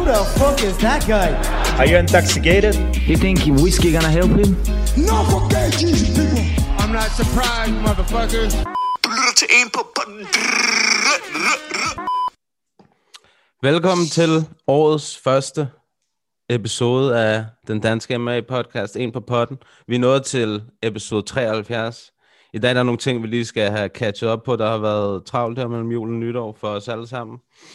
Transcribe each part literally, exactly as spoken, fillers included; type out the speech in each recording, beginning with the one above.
the fuck is that guy? Are you intoxicated? You think whiskey gonna help him? No, forget Jesus, people. I'm not surprised, motherfuckers. Velkommen til årets første episode af den danske M M A-podcast, En på potten. Vi er nået til episode treoghalvfjerds. I dag er der nogle ting, vi lige skal have catchet op på. Der har været travlt her mellem jul og nytår for os alle sammen.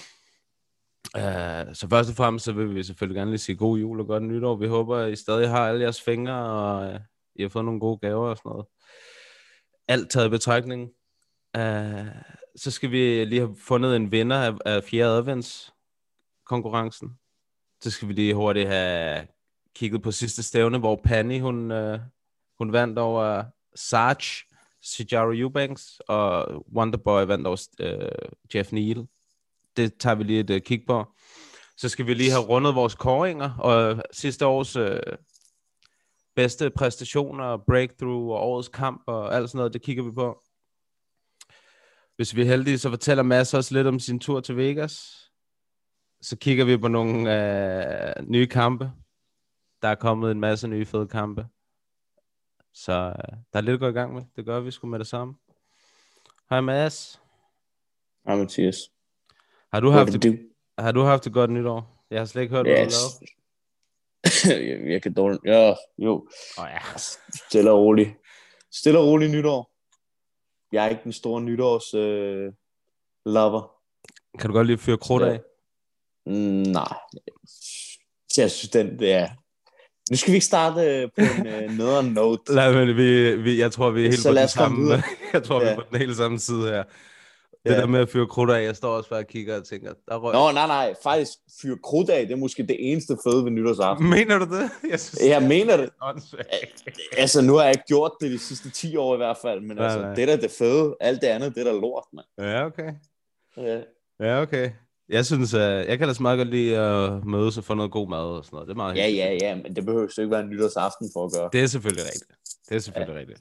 Uh, så først og fremmest, så vil vi selvfølgelig gerne lige sige god jul og godt nytår. Vi håber, at I stadig har alle jeres fingre, og uh, I har fået nogle gode gaver og sådan noget. Alt taget i betragtning. Uh, så skal vi lige have fundet en vinder af, af fjerde advents konkurrencen. Så skal vi lige hurtigt have kigget på sidste stævne, hvor Penny, hun, uh, hun vandt over Sarge, Sijara Eubanks, og Wonderboy vandt over uh, Jeff Neal. Det tager vi lige et uh, kig på. Så skal vi lige have rundet vores kåringer, og sidste års uh, bedste præstationer, breakthrough og årets kamp og alt sådan noget, det kigger vi på. Hvis vi er heldige, så fortæller Mads også lidt om sin tur til Vegas. Så kigger vi på nogle uh, nye kampe. Der er kommet en masse nye fede kampe. Så uh, der er lidt at gå i gang med. Det gør vi sgu med det samme. Hej Mads. Hej Mathias. Har du haft det, har du haft et godt nytår? Jeg har slet ikke hørt, yes. Hvad du lavede. jeg, jeg kan dårligt. Ja, jo. Oh, ja. Stille og roligt. Stille og roligt nytår. Jeg er ikke den store nytårs øh, lover. Kan du godt lide at fyre krudt af? Mm, nej. Jeg synes, den det er... Nu skal vi ikke starte på en uh, nederen note. Nej, men vi, vi, jeg tror, vi er helt så på den samme... Jeg tror, ja. vi er på den hele samme side her. Det ja. Der med at fyre krudt af, jeg står også bare og kigger og tænker, der røg. Nå, nej, nej, faktisk fyre krudt af, det er måske det eneste fede ved nytårsaften. Mener du det? Jeg, synes, jeg mener det. Altså, nu har jeg ikke gjort det de sidste ti år i hvert fald, men nej, altså, nej. Det der er det fede. Alt det andet, det er der lort, mand. Ja, okay. Ja, ja okay. Jeg synes, uh, jeg kan da meget godt lide at mødes og få noget god mad og sådan noget. Det er meget ja, ja, ja, men det behøver jo ikke være en nytårsaften for at gøre. Det er selvfølgelig rigtigt. Det er selvfølgelig ja. rigtigt.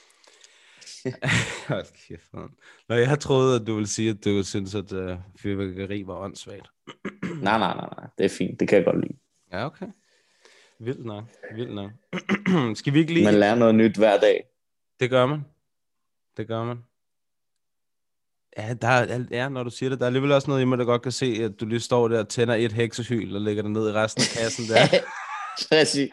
Nå, jeg har troet, at du ville sige, at du synes, at uh, fyrværkeri var åndssvagt. nej, nej, nej, nej. Det er fint. Det kan jeg godt lide. Ja, okay. Vildt nok. Vildt nok. Skal vi ikke lige... Man lærer noget nyt hver dag. Det gør man. Det gør man. Ja, der er, ja, når du siger det, der er alligevel også noget i mig, der godt kan se, at du lige står der og tænder et heksehyl og lægger det ned i resten af kassen der. Præcis.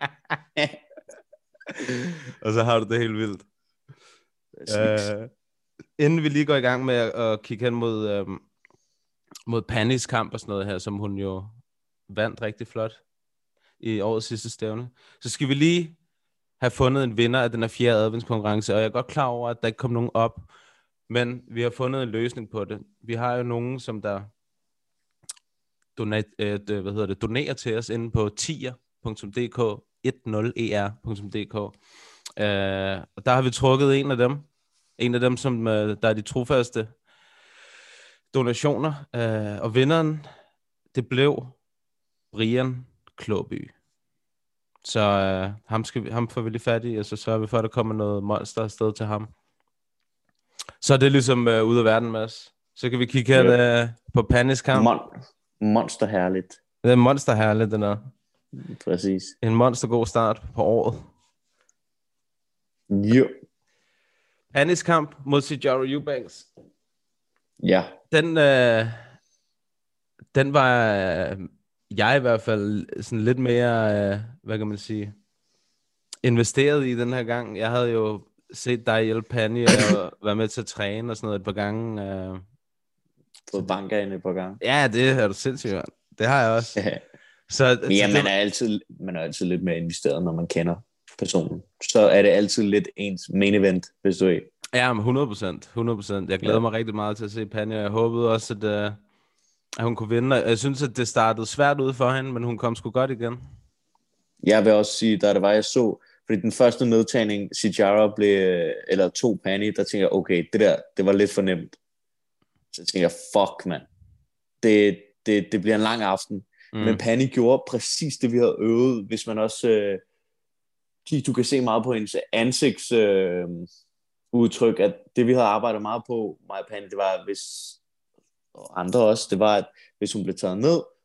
Og så har du det helt vildt. Uh, inden vi lige går i gang med at, at kigge hen mod, um, mod Pannys kamp og sådan noget her, som hun jo vandt rigtig flot i årets sidste stævne, så skal vi lige have fundet en vinder af den her fjerde adventskonkurrence, og jeg er godt klar over, at der ikke kom nogen op, men vi har fundet en løsning på det. Vi har jo nogen, som der donerer, øh, hvad hedder det, donerer til os inde på tier punktum d k, ti er punktum d k. Uh, og der har vi trukket en af dem. En af dem, som uh, der er de trofaste donationer. Uh, og vinderen, det blev Brian Klåby. Så uh, ham, skal vi, ham får vi lige fat i, og så sørger vi for, at der kommer noget monster afsted til ham. Så er det ligesom uh, ude af verden, Mads. Så kan vi kigge her yeah. uh, på Pannys kamp. Mon- monster herligt. Det er monster herligt, den der. Præcis. En monster god start på året. Jo. Pannys kamp mod Sijara Eubanks. Ja. Den, øh, den var øh, jeg i hvert fald sådan lidt mere, øh, hvad kan man sige, investeret i den her gang. Jeg havde jo set dig hjælpe Panny og være med til at træne og sådan noget et par gange. Øh. Fået banker ind et par gange. Ja, det er du sindssygt. Det har jeg også. Ja. Så, Men ja, så man er, altid, man er altid lidt mere investeret, når man kender personen. Så er det altid lidt ens main event, hvis du ikke. Ja, men hundrede procent. hundrede procent. Jeg glæder ja. mig rigtig meget til at se Panny, og jeg håbede også, at, uh, at hun kunne vinde. Jeg synes, at det startede svært ud for hende, men hun kom sgu godt igen. Jeg vil også sige, da det var, jeg så, fordi den første nedtagning, Sijara blev, eller to Panny, der tænker jeg, okay, det der, det var lidt for nemt. Så tænker jeg, fuck, mand. Det, det, det bliver en lang aften. Mm. Men Panny gjorde præcis det, vi havde øvet, hvis man også... Øh, du kan se meget på hendes ansigts øh, udtryk, at det vi havde arbejdet meget på, mig og Panny, det var, hvis, og andre også, det var, at hvis hun blev taget ned,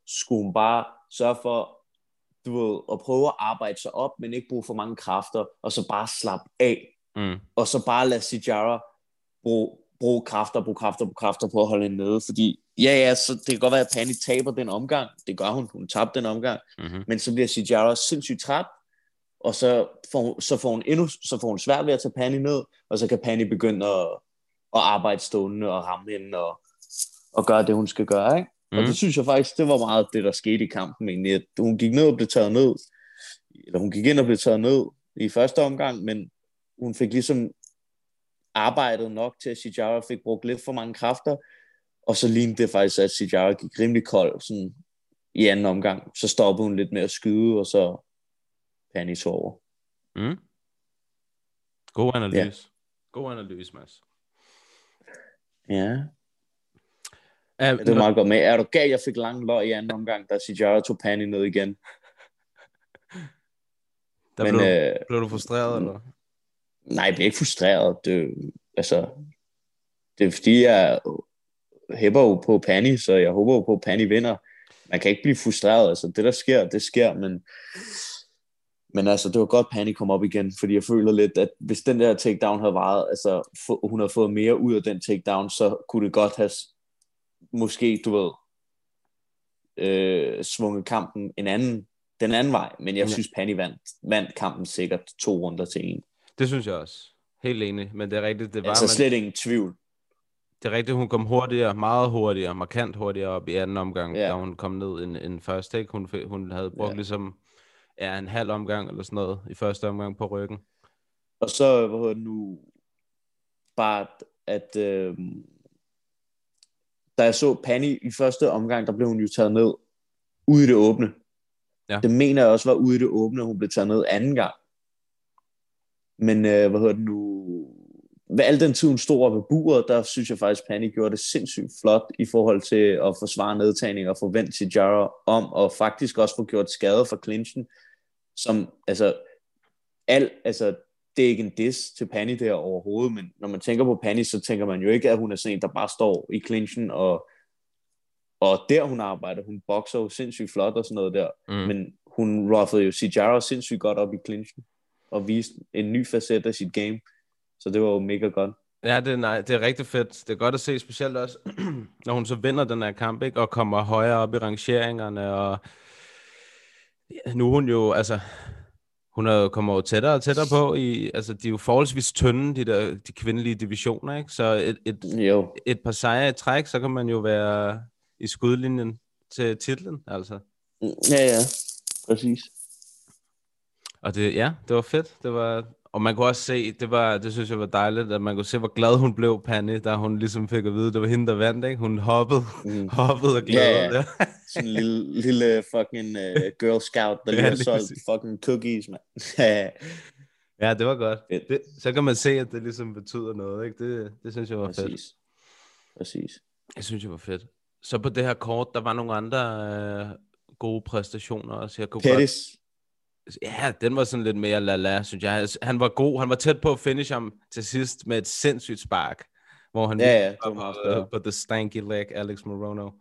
skulle hun bare sørge for, du ved, at prøve at arbejde sig op, men ikke bruge for mange kræfter, og så bare slappe af, Mm. og så bare lade Sijara bruge, bruge kræfter, bruge kræfter, bruge kræfter på at holde hende nede, fordi ja, ja, så det kan godt være, at Pani taber den omgang, det gør hun, hun tabte den omgang, Mm-hmm. men så bliver Sijara sindssygt træt, og så får, så får hun endnu, så får hun svært ved at tage Pani ned, og så kan Pani begynde at, at arbejde stående og ramme hende, og, og gøre det, hun skal gøre, ikke? Mm. Og det synes jeg faktisk, det var meget det, der skete i kampen egentlig, at hun gik ned og blev taget ned, eller hun gik ind og blev taget ned i første omgang, men hun fik ligesom arbejdet nok til, at Sijara fik brugt lidt for mange kræfter, og så lignede det faktisk, at Sijara gik rimelig kold sådan, i anden omgang. Så stoppede hun lidt med at skyde, og så Pani tog over. Mm. God analyse. Ja. God analyse, Mads. Ja, Uh, det var meget godt med. Er du gal, jeg fik lang løg i anden omgang, da Sijara tog Pani ned igen. Der Men, blev, øh, blev du frustreret, eller? Nej, jeg bliver ikke frustreret. Det, altså, det er fordi, jeg hæpper jo på Pani, så jeg håber jo på, at Pani vinder. Man kan ikke blive frustreret. Altså, det der sker, det sker, men, men altså, det var godt, Pani kom op igen, fordi jeg føler lidt, at hvis den der takedown havde varet, altså, for, hun havde fået mere ud af den takedown, så kunne det godt have, måske, du ved, øh, svunget kampen en anden, den anden vej, men jeg Ja. synes, Pani vandt, vandt kampen sikkert to runder til en. Det synes jeg også. Helt enig, men det er rigtigt, det var Altså man, slet ingen tvivl. det er rigtigt, hun kom hurtigere, meget hurtigere, markant hurtigere op i anden omgang, Ja. da hun kom ned end, end første, ikke? Hun, fik- hun havde brugt Ja. ligesom ja, en halv omgang eller sådan noget i første omgang på ryggen. Og så, hvad hedder det nu, bare at, øh, da jeg så Pani i første omgang, der blev hun jo taget ned ude i det åbne. Ja. Det mener jeg også var ude i det åbne, hun blev taget ned anden gang. Men, øh, hvad hedder det nu, ved al den tid, hun stod oppe ved buret, der synes jeg faktisk, Pani gjorde det sindssygt flot i forhold til at forsvare nedtagning og få vendt Sijara om, og faktisk også få gjort skade for clinchen, som, altså, al, altså, det er ikke en diss til Pani der overhovedet, men når man tænker på Pani, så tænker man jo ikke, at hun er sådan en, der bare står i clinchen, og, og der hun arbejder, hun bokser jo sindssygt flot og sådan noget der, Mm. men hun ruffede jo Sijara sindssygt godt op i clinchen, og viste en ny facet af sit game, så det var jo mega godt. Ja, det er, nej, det er rigtig fedt. Det er godt at se, specielt også, når hun så vinder den her kamp, ikke? Og kommer højere op i rangeringerne, og ja, nu er hun jo, altså, hun er jo kommer jo tættere og tættere på, i, altså, de er jo forholdsvis tynde, de der de kvindelige divisioner, ikke? Så et, et, Jo, et par sejre i træk, så kan man jo være i skudlinjen til titlen, altså. ja, ja, præcis. Og det, ja, det var fedt. Det var, og man kunne også se, det var, det synes jeg var dejligt, at man kunne se, hvor glad hun blev, Pani, da hun ligesom fik at vide, det var hende, der vandt, ikke? Hun hoppede, Mm. hoppede og glædede. Ja, ja. Sådan en lille, lille fucking uh, girl scout, der Ja, lige har lige solgt præcis. fucking cookies, mand. Ja, det var godt. Fedt. Det, så kan man se, at det ligesom betyder noget, ikke? Det, det synes jeg var fedt. Præcis. Præcis. Jeg synes, det var fedt. Så på det her kort, der var nogle andre øh, gode præstationer også. Jeg kunne Pettis. godt, ja, den var sådan lidt mere la-la, synes jeg. Han var god. Han var tæt på at finish ham til sidst med et sindssygt spark, hvor han Ja, virkelig ja, det var var meget på, større. på the stanky leg, Alex Morono. Uh,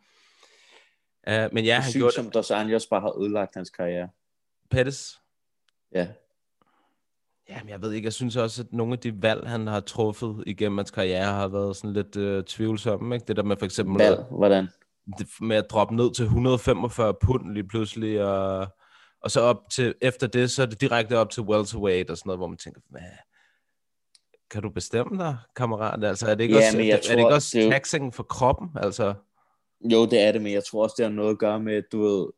men ja, Det er han sygt, gjorde som det. Dos Anjos bare har ødelagt hans karriere. Pettis. Ja. Jamen, jeg ved ikke, jeg synes også, at nogle af de valg, han har truffet igennem hans karriere, har været sådan lidt øh, tvivlsomme, ikke? Det der med for eksempel Valg, hvordan? det, med at droppe ned til et hundrede og femogfyrre pund lige pludselig, og, og så op til, efter det, så er det direkte op til welterweight og sådan noget, hvor man tænker, hvad? Kan du bestemme dig, kammerat? Altså, er det ikke Ja, også, men jeg er det ikke tror, også det er jo- taxing for kroppen? Altså, Jo, det er det, men jeg tror også, det har noget at gøre med, at du ved,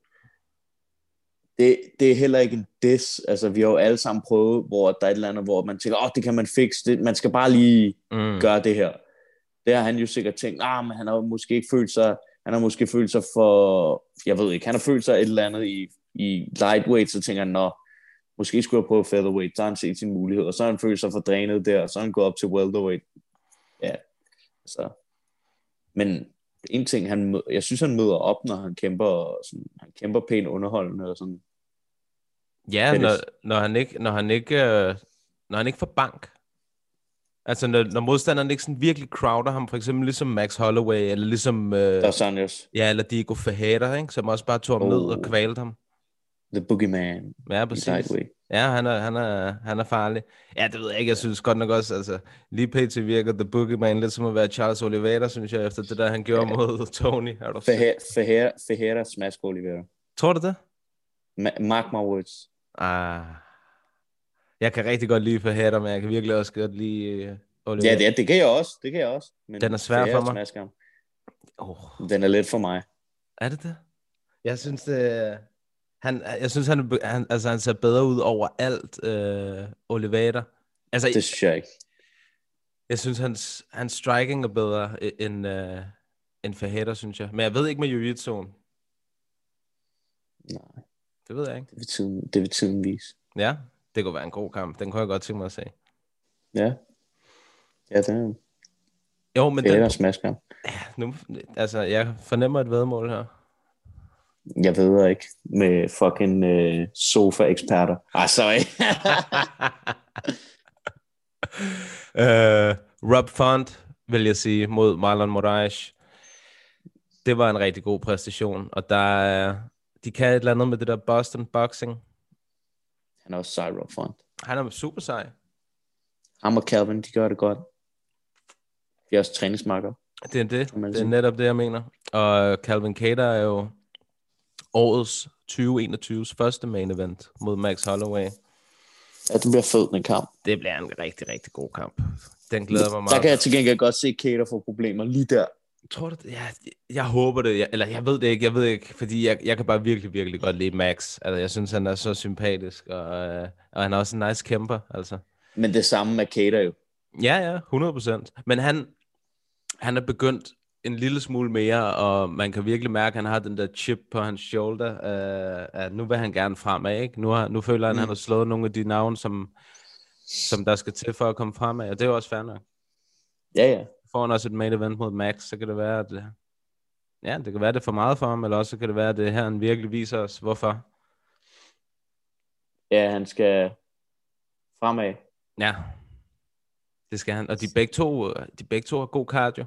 det, det er heller ikke en diss. Altså, vi har jo alle sammen prøvet, hvor der er et eller andet, hvor man tænker, åh, oh, det kan man fikse. Det, man skal bare lige mm, gøre det her. Det har han jo sikkert tænkt, ah, men han har måske ikke følt sig, han har måske følt sig for, jeg ved ikke, han har følt sig et eller andet i, i lightweight, så tænker han, nå, måske skulle jeg prøve featherweight, så har han set sin mulighed, og så har han følt sig for drænet der, og så har han gået op til welterweight. Ja, så. Men en ting, han mød, jeg synes, han møder op, når han kæmper, sådan, han kæmper pænt underholdende, og sådan. ja, Pettis. når, når han ikke, når han ikke, øh, når han ikke får bank. Altså, når, når modstanderen ikke sådan virkelig crowder ham, for eksempel ligesom Max Holloway, eller ligesom... Øh, Dos Anjos. ja, eller Diego Ferreira, ikke? Som også bare tog ham Oh. ned og kvalede ham. The Boogeyman. Ja, I præcis. lightweight. Ja, han er, han, er, han er farlig. Ja, det ved jeg ikke. Jeg synes godt nok også, altså... Lige pt. Virker The Boogeyman lidt som at være Charles Oliveira, synes jeg, efter det der, han gjorde mod Tony. Er du Ferreira, Ferreira, Ferreira smask Oliveira. Tror du det? Ma- mark my words. Ah... Jeg kan rigtig godt lide Ferreira, men jeg kan virkelig også godt lide uh, Oliveira. Ja, det, det kan jeg også. Det kan jeg også. Men Den er svær Ferreira for mig. smasker ham. Oh. Den er lidt for mig. Er det det? Jeg synes, det... Han, jeg synes, han, han, altså, han ser bedre ud over alt, øh, Oliveira. Altså, Det synes jeg ikke. jeg synes, hans, hans striking er bedre end, øh, end Ferreira, synes jeg. Men jeg ved ikke med jiu-jitsu'en. Nej, Det ved jeg ikke. det vil tiden, det vil tiden vise. Ja, det kunne være en god kamp. Den kunne jeg godt tænke mig at se. Ja. Ja, den er Jo, men Ferreira den, smasker ham. nu, altså, jeg fornemmer et vedmål her. Jeg ved ikke. Med fucking øh, sofa-eksperter. Ah, sorry. uh, Rob Font, vil jeg sige, mod Marlon Moraes. Det var en rigtig god præstation. Og der er, de kan et eller andet med det der Boston Boxing. Han er også sej, Rob Font. Han er super sej. Ham og Calvin, de gør det godt. De er også træningsmarker. Det er det. man Det er sige. netop det, jeg mener. Og Calvin Kattar er jo årets tyve enogtyves første main event mod Max Holloway. Ja, det bliver fed, den kamp. Det bliver en rigtig, rigtig god kamp. Den glæder mig meget. Der kan jeg til gengæld godt se Kater få problemer lige der. Tror du det? Ja, jeg håber det. Jeg, eller jeg ved det ikke. Jeg ved ikke, fordi jeg, jeg kan bare virkelig, virkelig godt lide Max. Altså, jeg synes, han er så sympatisk, og, øh, og han er også en nice kæmper, altså. Men det samme med Kater jo. Ja, ja, hundrede procent. Men han, han er begyndt en lille smule mere, og man kan virkelig mærke, at han har den der chip på hans shoulder, øh, at nu vil han gerne fremad, ikke? Nu, har, nu føler han, at Mm. han har slået nogle af de navne, som, som der skal til for at komme fremad, og det er jo også fair nok. Ja, ja. Får han også et main event mod Max, så kan det være, at ja, det kan være, det er for meget for ham, eller også kan det være, at det her han virkelig viser os, hvorfor. Ja, han skal fremad. Ja, det skal han. Og de begge to, de begge to har god cardio.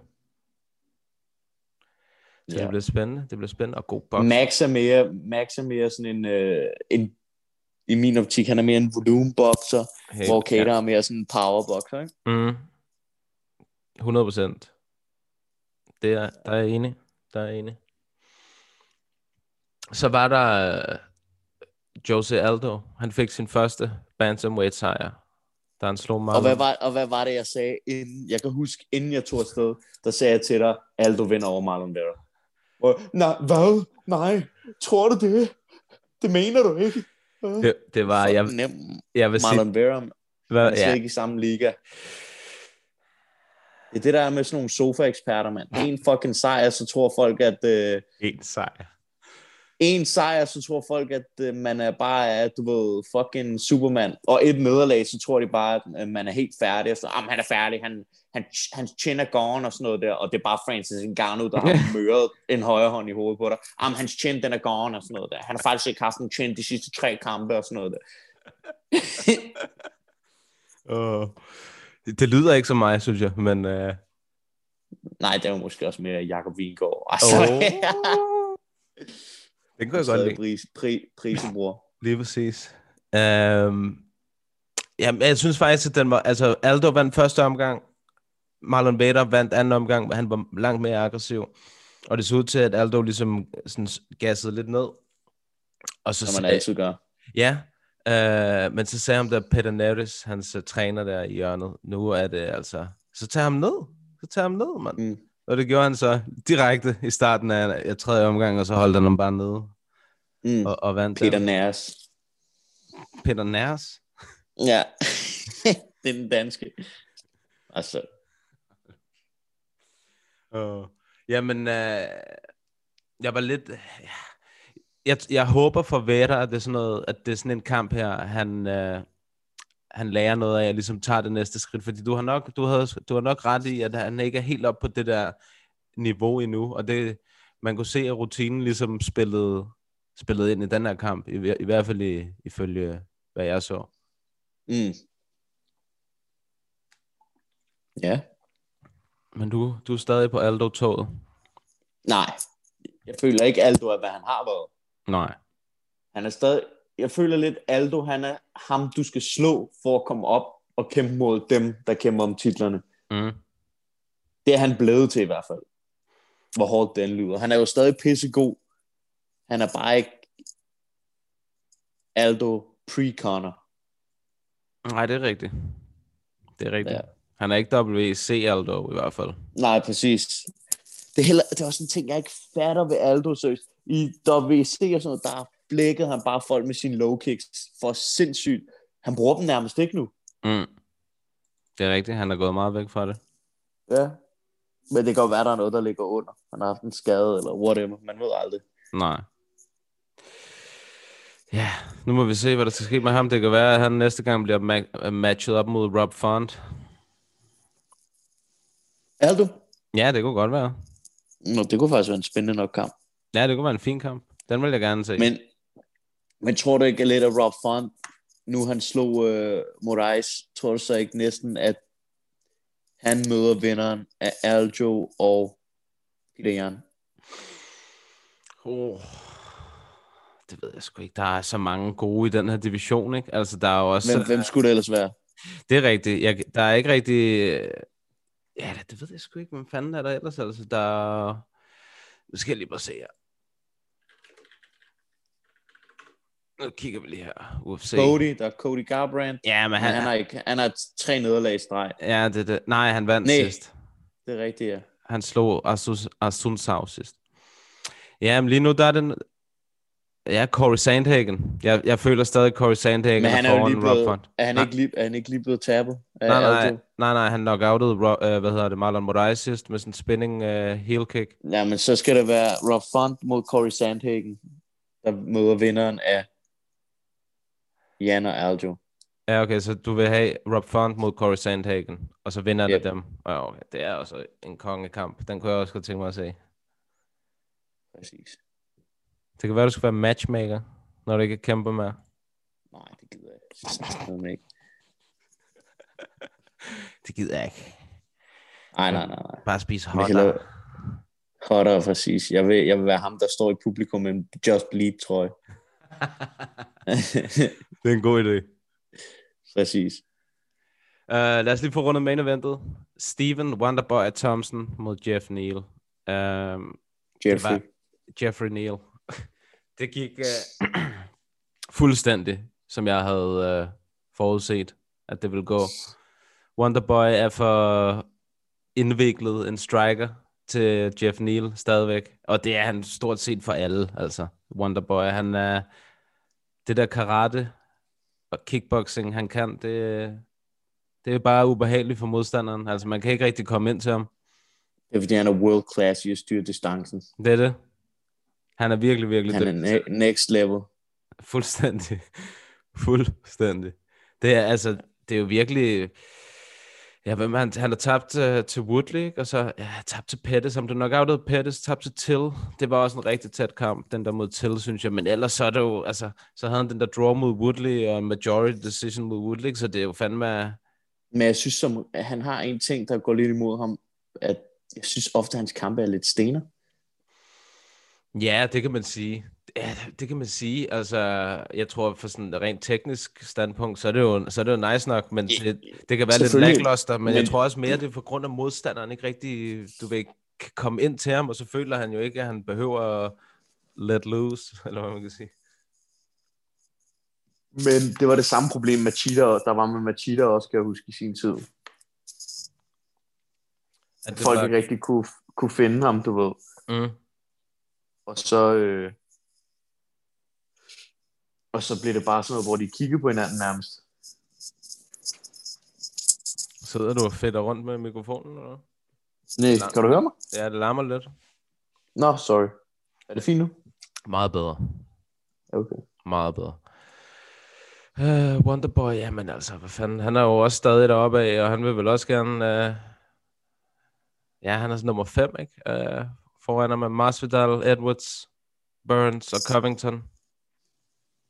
Så Ja. det bliver spændende. Det bliver spændende og god box. Max er mere, Max er mere sådan en, øh, en, i min optik, han er mere en volume-boxer, Helt, hvor Kater er mere sådan en power-boxer, ikke? Mm. hundrede procent. Det er, der er jeg enig. Der er jeg enig. Så var der uh, Jose Aldo. Han fik sin første bantamweight sejr. Der han slog meget. Og hvad, var, og hvad var det, jeg sagde inden? Jeg kan huske, inden jeg tog afsted, der sagde jeg til dig, Aldo vinder over Marlon Vera. Og, nej, hvad? Nej, tror du det? Det mener du ikke? det, det var, jeg, Nem. jeg vil sige, Marlon Vera, han hvad, er slet ja, ikke i samme liga. Det er det, der er med sådan nogle sofa-eksperter, mand. En fucking sejr, så tror folk, at... Øh, en sejr. en sejr, så tror folk, at øh, man er bare er, du ved, fucking Superman. Og et nederlag, så tror de bare, at øh, man er helt færdig. Og så, ah, han er færdig, han, han, hans chin er gone og sådan noget der. Og det er bare Francis Ngannou, der har møret en højre hånd i hovedet på dig. Ah, hans chin, den er gone og sådan noget der. Han har faktisk ikke haft en chin de sidste tre kampe og sådan noget der. uh, det, det lyder ikke som mig, synes jeg, men... Uh... Nej, det er jo måske også mere Jakob Vingård. Altså, Oh. Det kan jeg godt lide. Pris, pri, prisebror. Lige præcis. Um, ja, jeg synes faktisk, at den var... Altså, Aldo vandt første omgang. Marlon Vera vandt anden omgang, men han var langt mere aggressiv. Og det så ud til, at Aldo ligesom sådan gassede lidt ned. Og så Som man altid gør. Ja, øh, men så sagde han der Peter Neves, hans uh, træner der i hjørnet, nu er det altså, så tag ham ned, så tag ham ned, mand. Mm. Og det gjorde han så direkte i starten af, af tredje omgang, og så holdt han ham bare nede Mm. og, og vandt. Peter den. Nærs. Peter Nærs? Ja, det er den danske. Altså, Uh. Jamen, øh, jeg var lidt... Jeg, jeg håber for Vera, at det er sådan noget, at det er sådan en kamp her, han, øh, han lærer noget af, at ligesom tager det næste skridt, fordi du har nok, du havde, du har nok ret i, at han ikke er helt op på det der niveau endnu, og det, man kunne se, at rutinen ligesom spillede, spillede ind i den her kamp, i, i hvert fald i, ifølge, hvad jeg så. mm. Ja. Men du, du er stadig på Aldo-toget? Nej. Jeg føler ikke, Aldo er, hvad han har været. Nej. Han er stadig... Jeg føler lidt, Aldo, han er ham, du skal slå for at komme op og kæmpe mod dem, der kæmper om titlerne. Mm. Det er han blevet til i hvert fald. Hvor hårdt den lyder. Han er jo stadig pissegod. Han er bare ikke Aldo pre-Conor. Nej, det er rigtigt. Det er rigtigt. Ja. Han er ikke W C Aldo i hvert fald. Nej, præcis. Det er, heller, det er også en ting, jeg ikke fatter ved Aldo. Så i W C og sådan noget, der blækkede han bare folk med sine low kicks for sindssygt. Han bruger dem nærmest ikke nu. Mm. Det er rigtigt. Han er gået meget væk fra det. Ja. Men det kan jo være, der er noget, der ligger under. Han har haft en skade eller whatever. Man ved aldrig. Nej. Ja, nu må vi se, hvad der skal ske med ham. Det kan være, at han næste gang bliver ma- matchet op mod Rob Font. Aldo? Ja, det kunne godt være. Nå, det kunne faktisk være en spændende nok kamp. Ja, det kunne være en fin kamp. Den vil jeg gerne se. Men, men tror du ikke lidt, at Rob Font, nu han slog uh, Moraes, tror du så ikke næsten, at han møder vinderen af Aljo og Peter Yan? Oh, det ved jeg sgu ikke. Der er så mange gode i den her division, ikke? Altså, der er jo også... Hvem, hvem skulle det ellers være? Det er rigtigt. Jeg, der er ikke rigtig... Ja, det, det ved jeg sgu ikke. Hvem fanden er der ellers? Altså, der... Nu skal jeg lige bare se her. Nu kigger vi lige her. U F C. Cody, der er Cody Garbrandt. Ja, men han... Men han har ikke, han har tre nederlag i streg. Ja, det, det. Nej, han vandt Nej. sidst. Det er rigtigt, ja. Han slog Asus, Asunsao sidst. Ja, men lige nu der er den... Ja, Corey Sandhagen. Jeg, jeg føler stadig, Corey Sandhagen Men han er jo lige Rob blevet, Font. er han, Nej. ikke lige, er han ikke lige blevet tabet? af Nej, nej, Aldo? nej, nej, han knockoutede, uh, hvad hedder det, Marlon Moraes sidst med sådan en spinning uh, heel kick. Ja, men så skal det være Rob Font mod Corey Sandhagen, der møder vinderen af Jan og Aljo. Ja, okay, så du vil have Rob Font mod Corey Sandhagen, og så vinder Yep. yep. dem. Ja, okay, det er også en kongekamp. Den kunne jeg også godt tænke mig at se. Præcis. Det kan være, du skal være matchmaker, når du ikke kæmper mere. Nej, det gider jeg ikke. ikke. Det gider jeg ikke. Nej, nej, nej, nej. Bare spise Jeg vil hellere- hotter. Hotter, præcis. Jeg vil, jeg vil være ham, der står i publikum med en Just Bleed trøje. Det er en god idé. Præcis. Uh, lad os lige få rundet main eventet. Steven Wonderboy Thompson mod Jeff Neal. Uh, Jeffrey. var- Jeffrey Neal. Det gik uh, fuldstændig, som jeg havde uh, forudset, at det ville gå. Wonderboy er for indviklet en striker til Jeff Neal stadigvæk. Og det er han stort set for alle, altså. Wonderboy, han er... Det der karate og kickboxing, han kan, det, det er bare ubehageligt for modstanderen. Altså, man kan ikke rigtig komme ind til ham. Det er fordi, han er world class i at styre distancen. Det er det. Han er virkelig, virkelig Han er dygtig. ne- next level. Fuldstændig. Fuldstændig. Det er altså, det er jo virkelig... Ja, hvem han, han har tabt uh, til Woodley, ikke? Og så ja, tabt til Pettis, som du nok outede Pettis, tabt til Till. Det var også en rigtig tæt kamp, den der mod Till, synes jeg. Men ellers så er det jo, altså, så havde han den der draw mod Woodley, og en majority decision mod Woodley, så det er jo fandme... Men jeg synes, som, at han har en ting, der går lidt imod ham, at jeg synes ofte, at hans kampe er lidt stener. Ja, det kan man sige. Ja, det kan man sige. Altså, jeg tror for sådan et rent teknisk standpunkt, så er det jo, så er det jo nice nok, men det, det kan være lidt Selvfølgelig. lackluster, men, men Men- jeg tror også mere, det er på grund af modstanderen ikke rigtig, du ved, kan komme ind til ham, og så føler han jo ikke, at han behøver at let loose, eller hvad man kan sige. Men det var det samme problem, Machida, der var med Machida også, kan jeg huske i sin tid. At det Folk var, ikke rigtig kunne, kunne finde ham, du ved. mm, Og så... Øh, og så blev det bare sådan noget, hvor de kiggede på hinanden nærmest. sidder du og fedter rundt med mikrofonen, eller? Nej, kan du høre mig? Ja, det larmer lidt. Nå, sorry. Er det fint nu? Meget bedre. Okay. Meget bedre. Uh, Wonderboy, jamen altså, hvad fanden, han er jo også stadig deroppe af, og han vil vel også gerne, uh... ja, han er sådan nummer fem, ikke? Uh, foran ham med Masvidal, Edwards, Burns og Covington.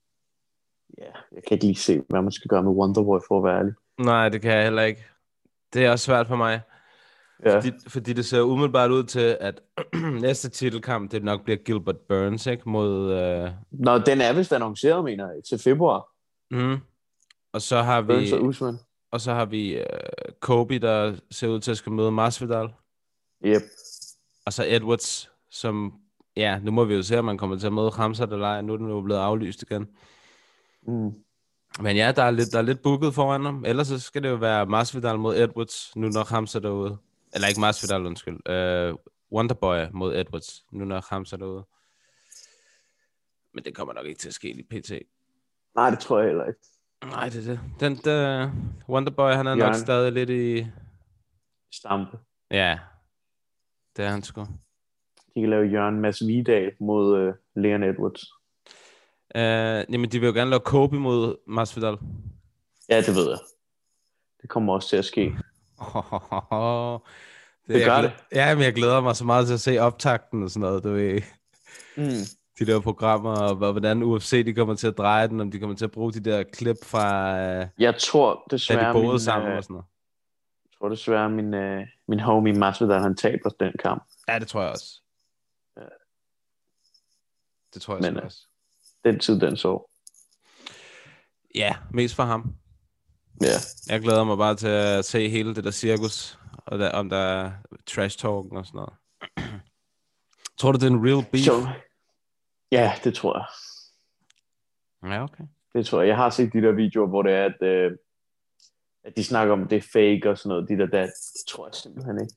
Ja, jeg kan ikke lige se, hvad man skal gøre med Wonderboy, for at være ærlig. Nej, det kan jeg heller ikke. Det er også svært for mig. Ja. Fordi, fordi det ser umiddelbart ud til, at næste titelkamp, det nok bliver Gilbert Burns, ikke? Mod... Øh... Nå, den er vist annonceret, mener jeg, til februar. Mm. Og så har vi... Burns og Usman. Og så har vi øh, Kobe, der ser ud til at skal møde Masvidal. Yep. Og så Edwards, som... Ja, nu må vi jo se, om man kommer til at møde Khamzat eller ej. Nu er den jo blevet aflyst igen. Mm. Men ja, der er lidt, der er lidt booket foran ham. Ellers så skal det jo være Masvidal mod Edwards, nu når Khamzat er ude. Eller ikke Masvidal, undskyld. Uh, Wonderboy mod Edwards, nu når Khamzat er ude. Men det kommer nok ikke til at ske i P T. Nej, det tror jeg heller ikke. Nej, det er det. Den, der, Wonderboy, han er Jørgen. Nok stadig lidt i... Stampe. Ja, det er han sgu. De kan lave Jørgen Masvidal mod uh, Leon Edwards. Uh, jamen, de vil jo gerne lave Kobe mod Masvidal. Ja, det ved jeg. Det kommer også til at ske. Oh, oh, oh. Det, det gør jeg, det. Ja, men jeg glæder mig så meget til at se optakten og sådan noget, du ved. Mm. De der programmer, og hvordan U F C de kommer til at dreje den, om de kommer til at bruge de der klip fra... Uh, jeg tror desværre... Da de boede min, sammen uh, og sådan noget. Jeg tror desværre, min, uh, min homie Masvidal, han taber den kamp. Ja, det tror jeg også. Ja. Det tror jeg men, også. Den tid, den så. Ja, mest for ham. Ja. Jeg glæder mig bare til at se hele det der cirkus, og der, om der er trash talk og sådan noget. Tror du, det er en real beef? Sure. Ja, det tror jeg. Ja, okay. Det tror jeg. Jeg har set de der videoer, hvor det er, at, øh, at de snakker om, det er fake og sådan noget. De der, der, det tror jeg simpelthen ikke.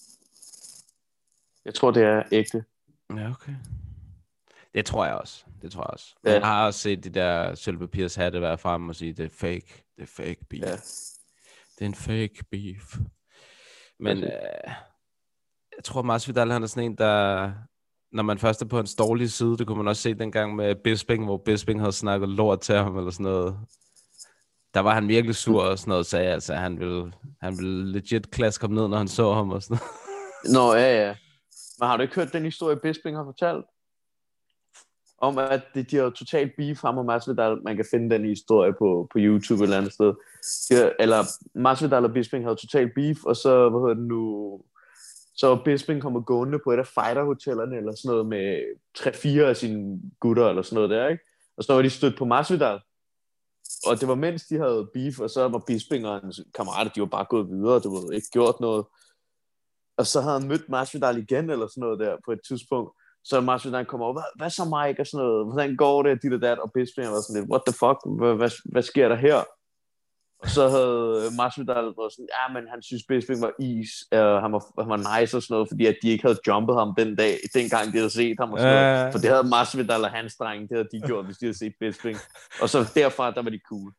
Jeg tror, det er ægte. Ja, okay. Det tror jeg også. Det tror jeg også. Ja. Jeg har også set de der sølvpapirs hatte være frem og sige, det er fake. Det er fake beef. Ja. Det er en fake beef. Men øh, jeg tror, Masvidal, han er sådan en, der... Når man først er på en dårlig side, det kunne man også se dengang med Bisping, hvor Bisping havde snakket lort til ham, eller sådan noget. Der var han virkelig sur og sådan noget, sagde altså, han ville, han ville legit klaske ham ned, når han så ham og sådan noget. Nå, ja, ja. Men har du ikke hørt den historie, Bisping har fortalt? Om at de, de har totalt beef ham og Masvidal. Man kan finde den historie på, på YouTube eller andet sted. De, eller Masvidal og Bisping havde totalt beef, og så, hvad hedder det nu... Så Bisping kommer gående på et af fighterhotellerne, eller sådan noget, med tre-fire af sine gutter, eller sådan noget der, ikke? Og så var de stødt på Masvidal. Og det var mens de havde beef, og så var Bisping og hans kammerater, de var bare gået videre, du ved, ikke gjort noget. Og så havde han mødt Masvidal igen, eller sådan noget der, på et tidspunkt. Så Masvidal kommer over, hvad, hvad så Mike, og sådan noget, hvordan går det, dit og dat, og Bisping var sådan lidt, what the fuck, hvad, hvad, hvad sker der her? Og så havde Masvidal været sådan, ja, men han synes, Bisping var is, og han var, han var nice og sådan noget, fordi at de ikke havde jumpet ham den dag, dengang de havde set ham og sådan noget. Uh... For det havde Masvidal og hans drenge, det havde de gjort, hvis de havde set Bisping. Og så derfra, der var de cool.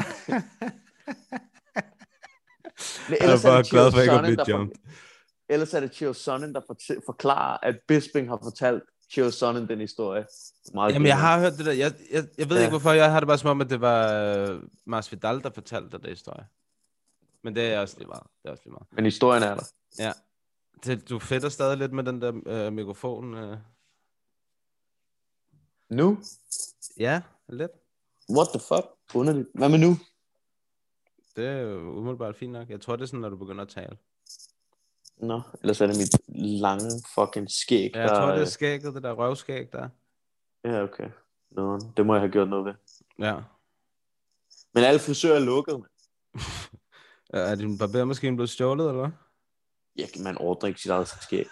Men ellers jeg er bare er glad for ikke at blive jumped. Ellers er det Chael Sonnen, der forklarer, at Bisping har fortalt Chael Sonnen den historie. Meget Jamen, jeg har hørt det der. Jeg, jeg, jeg ved ja. ikke, hvorfor. Jeg har det bare som om, at det var uh, Masvidal, der fortalte den historie. Men det er også lige meget. Det er også lige meget. Men historien er der. Ja. Det, du fedter stadig lidt med den der uh, mikrofon. Uh. Nu? Ja, lidt. What the fuck? Underligt. Hvad med nu? Det er jo umiddelbart fint nok. Jeg tror, det er sådan, når du begynder at tale. Nå, ellers er det mit lange fucking skæg. Ja, jeg der, tror, det er skægget, det der røvskæg der. Ja, okay. Nå, det må jeg have gjort noget ved. Ja. Men alle frisører er lukket. Er din barbermaskine blevet stjålet, eller hvad? Ja, man ordner ikke sit eget skæg.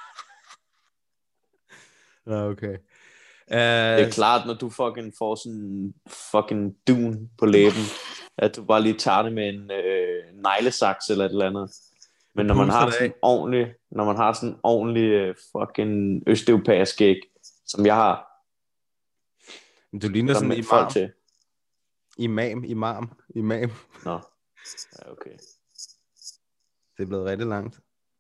Ja, okay. Uh, det er klart, når du fucking får sådan fucking dun på læben, at du bare lige tager det med en øh, neglesaks eller et eller andet. Men når man har sådan ordentlig, når man har sådan ordentlig fucking østeuropæisk skæg, som jeg har. Du ligner sådan en imam. Til. Imam, imam, imam. Nå, ja, okay. Det er blevet rigtig langt.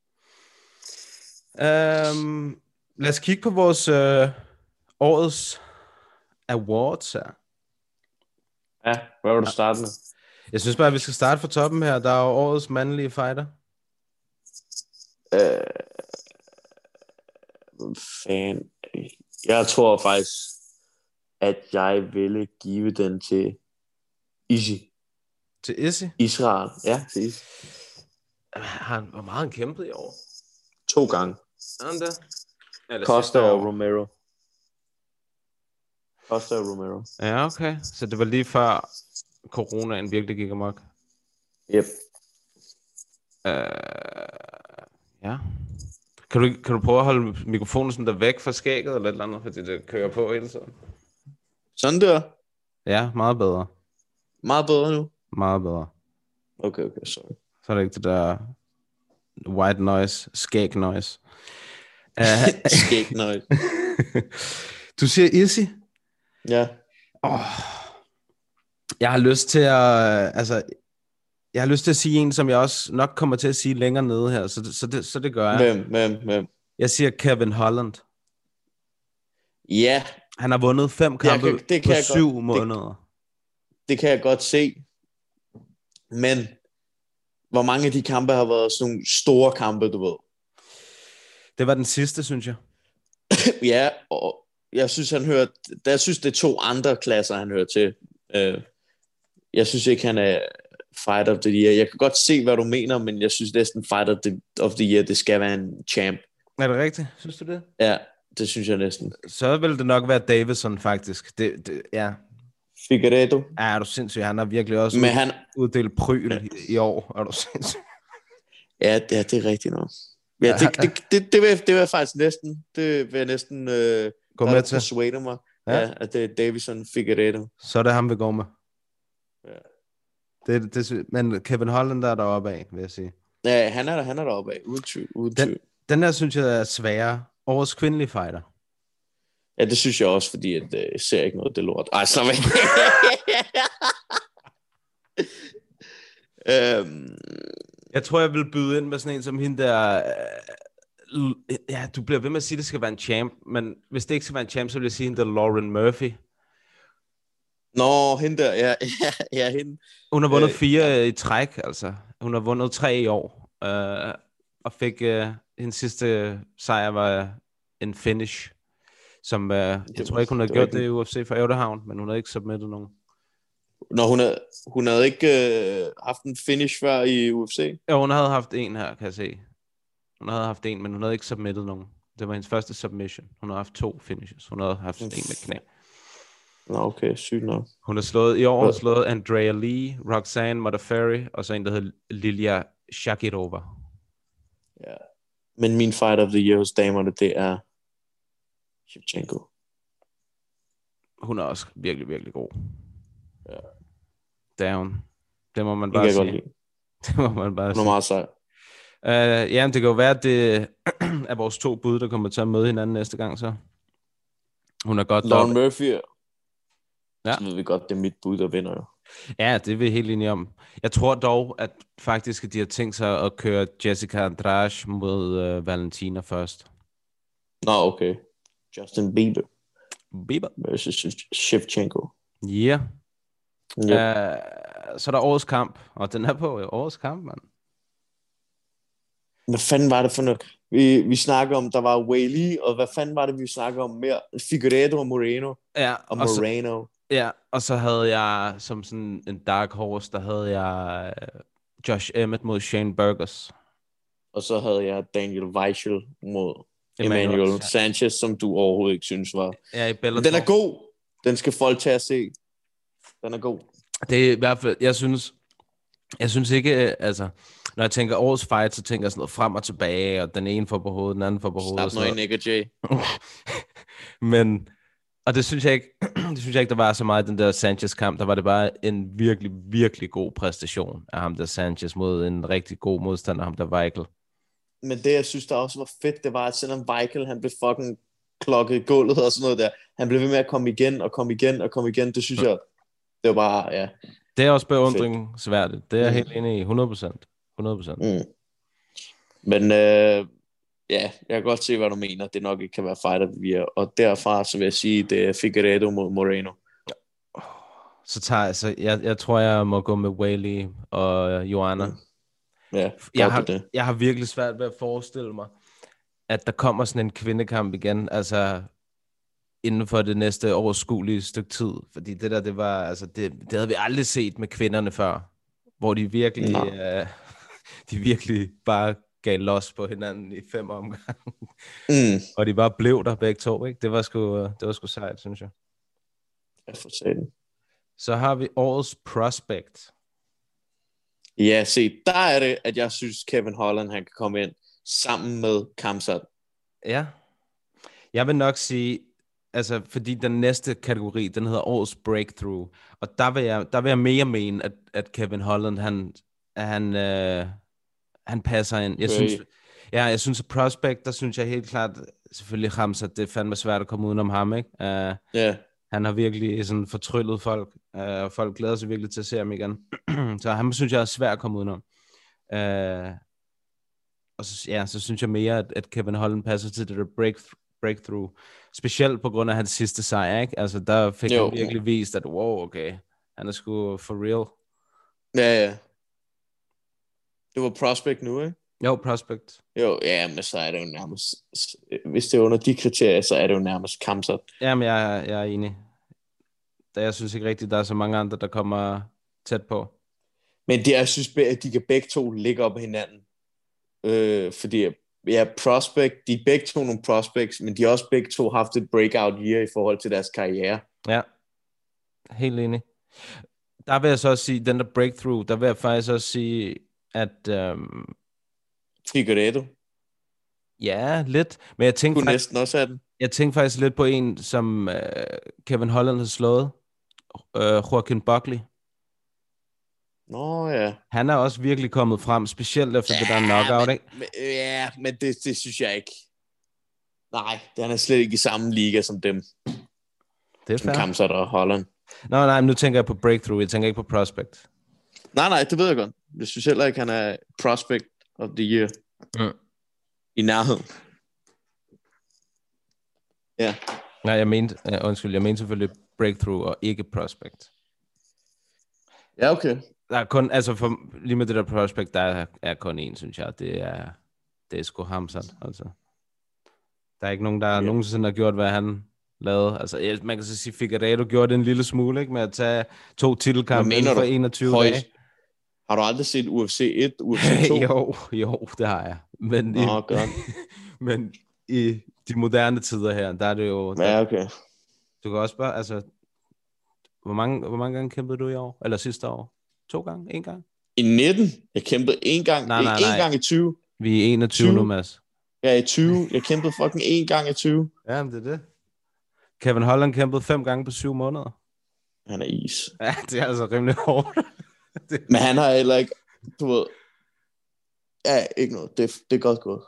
Um, lad os kigge på vores uh, årets awards her. Ja, hvad vil du starte med? Jeg synes bare, at vi skal starte fra toppen her. Der er jo årets mandlige fighter. Øh, fan. Jeg tror faktisk, at jeg ville give den til Izzy. Til Izzy? Israel, ja, til Izzy. Han, hvor meget han kæmpet i år? To gange. Er han det? Eller Costa sidste år? og Romero. Costa og Romero. Ja, okay. Så det var lige før coronaen virkelig gik amok. Yep. Uh, ja. Kan du, kan du prøve at holde mikrofonen sådan der væk fra skægget eller et eller andet, fordi det kører på hele tiden? Sådan der. Ja, meget bedre. Meget bedre nu. Meget bedre. Okay, okay, sorry. Så er det ikke det der white noise, skæg noise. Uh, Skæg nøjt. du siger Izzy? Ja. Oh, jeg har lyst til at, altså, jeg har lyst til at sige en, som jeg også nok kommer til at sige længere nede her, så det, så det, så det gør jeg. Hvem, hvem, hvem? Jeg siger Kevin Holland. Ja. Han har vundet fem kampe kan, det kan på jeg syv godt, måneder. Det, det kan jeg godt se. Men hvor mange af de kampe har været sådan nogle store kampe, du ved? Det var den sidste, synes jeg. Ja, og jeg synes, han hører... Jeg synes, det er to andre klasser, han hører til. Jeg synes ikke, han er fight of the year. Jeg kan godt se, hvad du mener, men jeg synes næsten fight of the, of the year, det skal være en champ. Er det rigtigt? Synes du det? Ja, det synes jeg næsten. Så vil det nok være Davison, faktisk. Det, det, ja. Figueiredo. Ja, er du sindssyg. Han har virkelig også men ud, han... uddelt pryl i, i år. Er du sindssyg? Ja, det, ja, det er rigtigt nok. Ja, det, det, det, det, vil, det vil jeg faktisk næsten, det vil jeg næsten øh, gå med til. Persuade mig, ja. Ja, at det er Davison Figueiredo. Så er det ham, vi går med. Ja. Det, det, men Kevin Holland der er deroppe af, vil jeg sige. Ja, han er der, han er deroppe af, uden tvivl, uden den, tvivl. Den her synes jeg er sværere. Årets kvindelige fighter. Ja, det synes jeg også, fordi at, øh, jeg ser ikke noget, det lort. Ej, slap af. øhm, Jeg tror, jeg vil byde ind med sådan en som hende der... Øh, ja, du bliver ved med at sige, at det skal være en champ, men hvis det ikke skal være en champ, så vil jeg sige hende der Lauren Murphy. Nå, hende der, ja, ja, ja hende. Hun har vundet øh, fire ja. i træk, altså. Hun har vundet tre i år, øh, og fik... Øh, hendes sidste sejr var en finish, som... Øh, jeg det tror var, ikke, hun har det gjort ikke... det i U F C for Evderhavn, men hun har ikke submittet nogen. Nå, hun havde, hun havde ikke øh, haft en finish før i U F C? Ja, hun havde haft en her, kan jeg se. Hun havde haft en, men hun havde ikke submittet nogen. Det var hendes første submission. Hun har haft to finishes. Hun havde haft en med knæ. Nå, okay, sygt nok. Hun har slået, i år har hun slået Andrea Lee, Roxanne Modafferi, og så en, der hedder Lilia Shakirova. Ja. Men min fight of the year hos damerne, det er Shevchenko. Hun er også virkelig, virkelig god. Ja. Down. Det må man Det bare kan jeg sige. godt lide. Det må man bare Hun er sige. meget sej. Uh, jamen, det kan jo være, at det er vores to bud, der kommer til at møde hinanden næste gang, så. Hun er godt Lauren deroppe. Murphy, Ja. så ved vi godt, det er mit bud, der vinder jo. Ja, det er vi helt enige om. Jeg tror dog, at faktisk at de har tænkt sig at køre Jessica Andrade mod uh, Valentina først. Nå, okay. Justin Bieber Bieber. versus Shevchenko. Ja. Yep. Yeah. Uh, så er der årets kamp, og den er på jo. Årets kamp, mand. Hvad fanden var det for noget? Vi, vi snakker om, der var Weili, og hvad fanden var det, vi snakker om mere? Figueiredo og Moreno. Ja, Og og så, Moreno. ja, og så havde jeg, som sådan en dark horse, der havde jeg uh, Josh Emmett mod Shane Burgos. Og så havde jeg Daniel Weichel mod Emmanuel Emmanuel Sanchez, som du overhovedet ikke synes var. Ja, i Bellator. Men den er god. Den skal folk til at se. Den er god. Det er i hvert fald, jeg synes, jeg synes ikke, altså, når jeg tænker årets fight, så tænker jeg sådan noget frem og tilbage, og den ene får på hovedet, den anden får på hovedet. Slap noget i Nick og Jay. Men, og det synes jeg ikke, det synes jeg ikke, der var så meget i den der Sanchez-kamp. Der var det bare en virkelig, virkelig god præstation af ham der Sanchez mod en rigtig god modstander, ham der Weichel. Men det, jeg synes, der også var fedt, det var, at selvom Weichel, han blev fucking klokket i gulvet og sådan noget der, han blev ved med at komme igen og komme igen og komme igen. Det synes jeg, det var bare, ja. Det er også beundringsværdigt. Det er jeg Mm. helt enig i. hundrede procent. hundrede procent. Mm. Men øh, ja, jeg kan godt se, hvad du mener. Det nok ikke kan være fighter, vi er. Og derfra, så vil jeg sige, det er Figueiredo mod Moreno. Så tager jeg, så jeg, jeg tror, jeg må gå med Weili og Joanna. Mm. Ja, Jeg har, det. jeg har virkelig svært ved at forestille mig, at der kommer sådan en kvindekamp igen, altså inden for det næste overskuelige stykke tid. Fordi det der, det var, altså det, det havde vi aldrig set med kvinderne før, hvor de virkelig, øh, de virkelig bare gav los på hinanden i fem omgange. Mm. Og de bare blev der begge to, ikke? Det var sgu, det var sgu sejt, synes jeg. Jeg får se den. Så har vi årets prospect. Ja, se, der er det, at jeg synes, Kevin Holland, han kan komme ind sammen med Kamsat. Ja. Jeg vil nok sige, altså, fordi den næste kategori, den hedder årets breakthrough. Og der vil jeg, der vil jeg mere mene, at, at Kevin Holland, han, han, øh, han passer ind. Jeg Okay. synes, ja, jeg synes, at prospect, der synes jeg helt klart, selvfølgelig Kamsat, det er fandme svært at komme udenom ham, ikke? Uh, Ja. Han har virkelig sådan fortryllet folk, øh, og folk glæder sig virkelig til at se ham igen. Så han synes jeg er svært at komme udenom. Øh, og så, ja, så synes jeg mere, at, at Kevin Holland passer til det der break, breakthrough. Specielt på grund af hans sidste sejr, ikke? Altså der fik Jo. han virkelig vist, at wow, okay, han er sgu for real. Ja, ja. Det var prospect nu, ikke? Jo, prospect. Jo, ja, men så er det jo nærmest... Hvis det er under de kriterier, så er det jo nærmest Kamsat. Jamen, jeg, jeg er enig. Da jeg synes ikke rigtigt, der er så mange andre, der kommer tæt på. Men det, jeg synes, at de kan begge to ligge op ad hinanden. Øh, fordi, ja, prospect, de er begge to nogle prospects, men de har også begge to haft et breakout year i forhold til deres karriere. Ja, helt enig. Der vil jeg så også sige, den der breakthrough, der vil jeg faktisk også sige, at øhm, Figueiredo ja, lidt, men jeg tænkte, kunne faktisk, næsten også have den. jeg tænkte faktisk lidt på en, som øh, Kevin Holland har slået, øh, Joaquin Buckley. Nå ja. Han er også virkelig kommet frem, specielt efter ja, det der knockout, men, ikke? men, ja, men det, det synes jeg ikke. Nej, han er slet ikke i samme liga som dem. Det er som fair. Kamsat og Holland. Nå, nej, men nu tænker jeg på breakthrough, jeg tænker ikke på prospect. Nej, nej, det ved jeg godt. Jeg synes heller ikke, han er prospect of the year. Mm. I nærheden. Ja. Nej, jeg mente, uh, undskyld, jeg mente selvfølgelig breakthrough og ikke prospect. Ja, okay. Der er kun, altså for, lige med det der prospect, der er, er kun én, synes jeg. Det er, det er sgu Hamzat, altså. Der er ikke nogen, der Ja. nogensinde har gjort, hvad han lavede. Altså, ja, man kan så sige, Figueiredo gjorde det en lille smule, ikke? Med at tage to titelkampe Hvad inden mener for du? enogtyve Højst. dage. Har du aldrig set U F C et, U F C to? jo, jo, det har jeg. Men, Nå, i, godt. men i de moderne tider her, der er det jo... Der, Ja, okay. du kan også bare, altså... Hvor mange, hvor mange gange kæmpede du i år? Eller sidste år? To gange? En gang? I nitten, jeg kæmpede en gang. Nej, nej, en nej. gang i tyve. Vi er enogtyve tyve. nu, Mads. Ja, i tyve. Jeg kæmpede fucking en gang i tyve. Ja, men det er det. Kevin Holland kæmpede fem gange på syv måneder. Han er is. Ja, det er altså rimelig hårdt. det... Men han har heller ikke, du ved... Ja, ikke noget. Det, det er godt gået.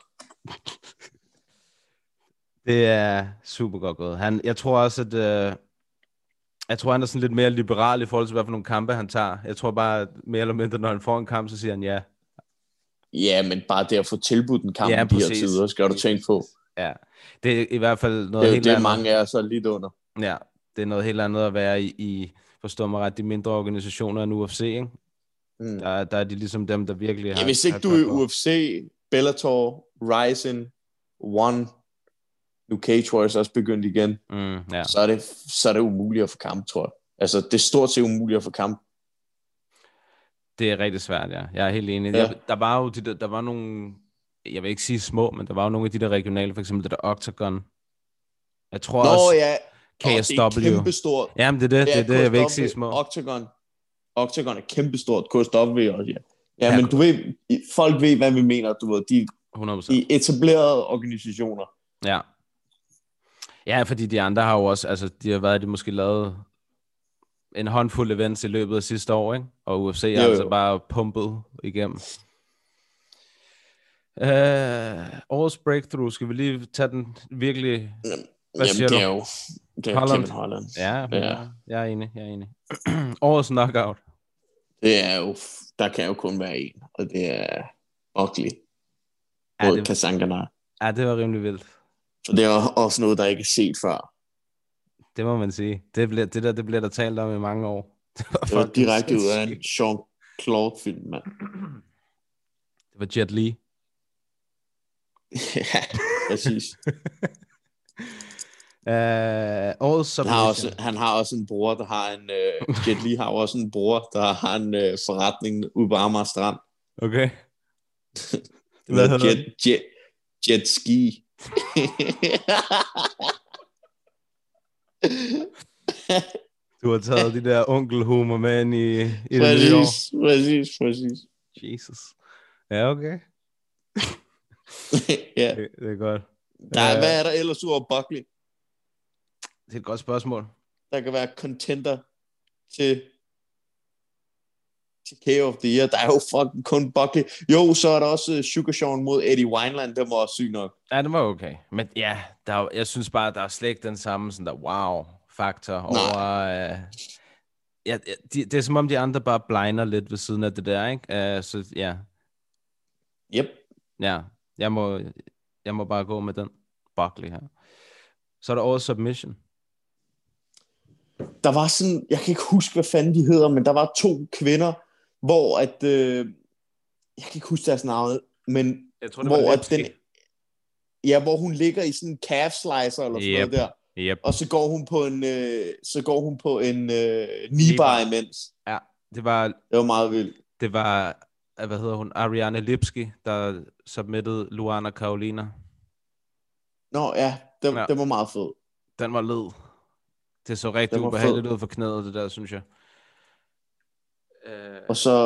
Det er super godt gået. Han, jeg tror også, at... Øh, jeg tror, han er sådan lidt mere liberal i forhold til, hvad for nogle kampe han tager. Jeg tror bare, at mere eller mindre, når han får en kamp, så siger han ja. Ja, men bare det at få tilbudt en kamp Ja, i de her præcis. tider, skal du tænke på. Ja, det er i hvert fald noget Det er jo helt det, andet. mange af os er lidt under. Ja, det er noget helt andet at være i, i forstår mig ret, de mindre organisationer end U F C, ikke? Mm. Der, der er de ligesom dem, der virkelig har... Ja, hvis ikke har du er i kørt på. U F C, Bellator, Ryzen, One, nu Cage Warriors også begyndt igen, Mm, ja. så, er det, så er det umuligt at få kamp, tror jeg. Altså, det er stort set umuligt at få kamp. Det er rigtig svært, ja. Jeg er helt enig. Ja. Jeg, der var jo de der, der var nogle, jeg vil ikke sige små, men der var jo nogle af de der regionale, for eksempel det der Octagon. Jeg tror Nå også, ja, K S W. Åh, det er kæmpestort. Jamen, det er det, det, er det jeg vil ikke sige små. Octagon. Octagon er kæmpestort. K S W også, ja. Ja, Ja, men du ved, folk ved, hvad vi mener, du ved. De, hundrede procent. de etablerede organisationer. Ja. Ja, fordi de andre har jo også, altså, de har været, de måske lavet en håndfuld events i løbet af sidste år, ikke? Og U F C er Jo, jo. altså bare pumpet igennem. Uh, årets breakthrough, skal vi lige tage den virkelig... Hvad siger Jamen, det du? er jo det er Holland. Kevin Holland. Ja, Ja. ja. Jeg er enig, jeg er enig. Årets knockout. Det er jo, der kan jo kun være en, og det er Oakley Ja, mod det, Kasankana. ja, det var rimelig vildt. Så det er også noget, der ikke er set før. Det må man sige. Det, bliver, det der, det bliver der talt om i mange år. Det var, Det var fucking direkte ud af en sindssygt. Jean-Claude-film, mand. Det var Jet Li. Ja, præcis. Uh, årets Han har, submission. også, han har også en bror, der har en... Uh, Jet Li har også en bror, der har en uh, forretning ude på Amager Strand. Okay. Det hedder jet, jet, jet ski. Du har taget de der onkelhumor med ind i, i det præcis, nye år. præcis, præcis. Jesus. Ja, okay. Ja. Det, det er godt. Nej, Øh, hvad er der ellers ud over Buckley? Det er et godt spørgsmål. Der kan være contender til til K O of the Year. Der er jo fucking kun Buckley. Jo, så er der også Sugar Sean mod Eddie Wineland. Det var også sygt nok. Ja, det var okay. Men ja, der er, jeg synes bare, der er slet ikke den samme sådan der wow-faktor over... Uh, ja, de, det er som om de andre bare blinder lidt ved siden af det der, ikke? Uh, så ja. Yep. Ja, jeg må, jeg må bare gå med den Buckley her. Så er der også Submission. Der var sådan, jeg kan ikke huske, hvad fanden de hedder, men der var to kvinder, hvor at, øh, jeg kan ikke huske deres navn, men Jeg tror, det hvor var at den, ja, hvor hun ligger i sådan en calf slicer eller sådan Yep. noget der, Yep. og så går hun på en, øh, så går hun på en øh, knee-bar imens. Ja, det var, Det var meget vildt. det var, hvad hedder hun, Ariane Lipski, der submittede Luana Carolina. Nå ja, det, Ja. det var meget fedt. Den var led. Det så rigtig Den var ubehageligt fed. ud for knæet, det der, synes jeg. Uh, Og så,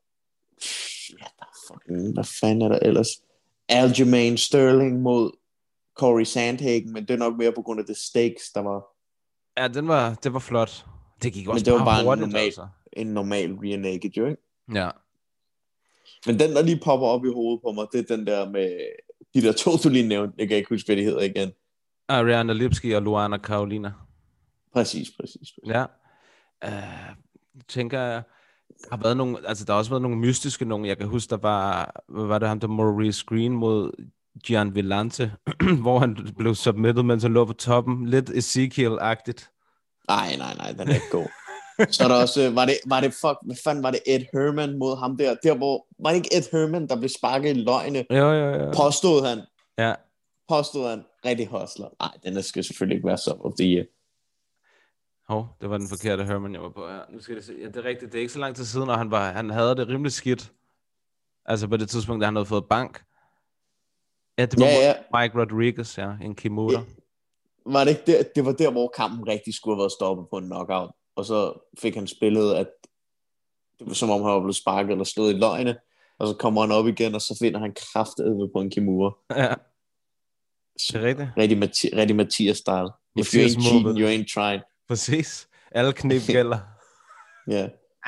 ja, der er fucking, hvad fanden er der ellers? Aljamain Sterling mod Corey Sandhagen, men det er nok mere på grund af det stakes, der var ja, den var, det var flot. Det gik også Men det var bare, bare en hurtigt, normal- altså. en normal rear naked, jo ikke? Ja. Men den, der lige popper op i hovedet på mig, det er den der med de der to, du lige nævnte. Jeg kan ikke huske, hvad de hedder igen. Ariane Lipski og Luana Carolina. Præcis, præcis. præcis. Ja. Uh, tænker jeg, der har været nogle, altså der har også været nogle mystiske nogle. Jeg kan huske, der var, hvad var det ham, der Maurice Green mod Gian Villante, hvor han blev submitted, mens han lå på toppen. Lidt Ezekiel-agtigt. Nej, nej, nej, den er ikke god. Så er der også, var det, var det, fuck, hvad fanden var det, Ed Herman mod ham der, der hvor, var det ikke Ed Herman, der blev sparket i løgne? Jo, jo, jo. Påstod han, Ja. påstod han, rigtig hustler. Nej, den skal selvfølgelig ikke være så of the year. Hov, det var den forkerte Herman, jeg var på her. Nu skal det se. Ja, det er rigtigt. Det er ikke så lang tid siden, og han, var, han havde det rimelig skidt. Altså på det tidspunkt, da han havde fået bank. Ja, det var Ja, ja. Mike Rodriguez, ja. En Kimura. Ja. Var det ikke der, det var der, hvor kampen rigtig skulle have været stoppet på en knockout. Og så fik han spillet, at det var som om, han var blevet sparket eller slået i løgne. Og så kommer han op igen, og så finder han kraftedeme på en Kimura. Ja, det er rigtigt. Rigtig, Mathi- rigtig Mathias-style. If you Mathias ain't cheating, move. you ain't trying. Præcis. Alle knep gælder. Ja.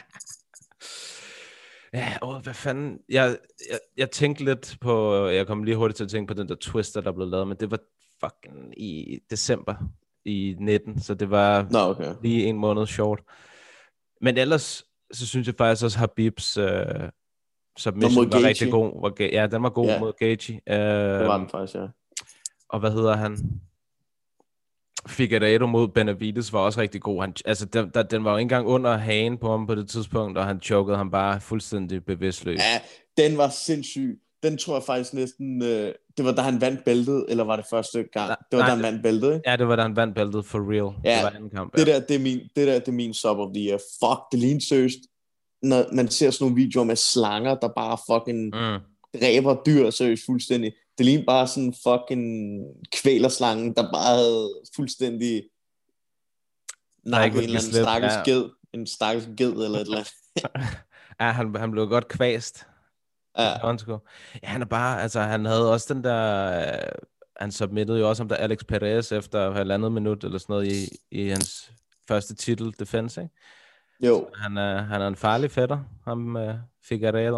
Ja, åh, hvad fanden. Jeg, jeg, jeg tænkte lidt på, jeg kom lige hurtigt til at tænke på den der twister, der blev lavet, men det var fucking i december i nitten, så det var Nå, okay. lige en måned short. Men ellers, så synes jeg faktisk også, Habibs uh, submission var Gaethje. rigtig god. Var, ga- ja, den var god Ja. mod Gaethje. Uh, Det var den faktisk, ja. Og hvad hedder han? Figueiredo mod Benavides var også rigtig god. Han, altså, den, der, den var jo ikke engang under hagen på ham på det tidspunkt, og han chokede ham bare fuldstændig bevidstløs. Ja, den var sindssyg. Den tror jeg faktisk næsten... Øh, det var da han vandt bæltet, eller var det første gang? Nej, det var nej, da han vandt bæltet, ikke? Ja, det var da han vandt bæltet for real. Ja, det var anden kamp. Det Ja. der, det er min, det der, det er min sub of the year. Fuck, det ligner seriøst. Når man ser sådan nogle videoer med slanger, der bare fucking Mm. dræber dyr seriøst fuldstændig. Det ligner bare sådan fucking kvælerslangen, der bare havde fuldstændig nakket en eller anden stakkels ja. ged. En stakkels ged eller et eller andet. Ja, han, han blev godt kvæst. Ja. Ja, han er bare, altså han havde også den der, øh, han submittede jo også om der Alex Perez efter halvandet minut eller sådan noget i, i hans første titel defense, ikke? Jo. Han er, han er en farlig fætter, ham uh, Figueiredo.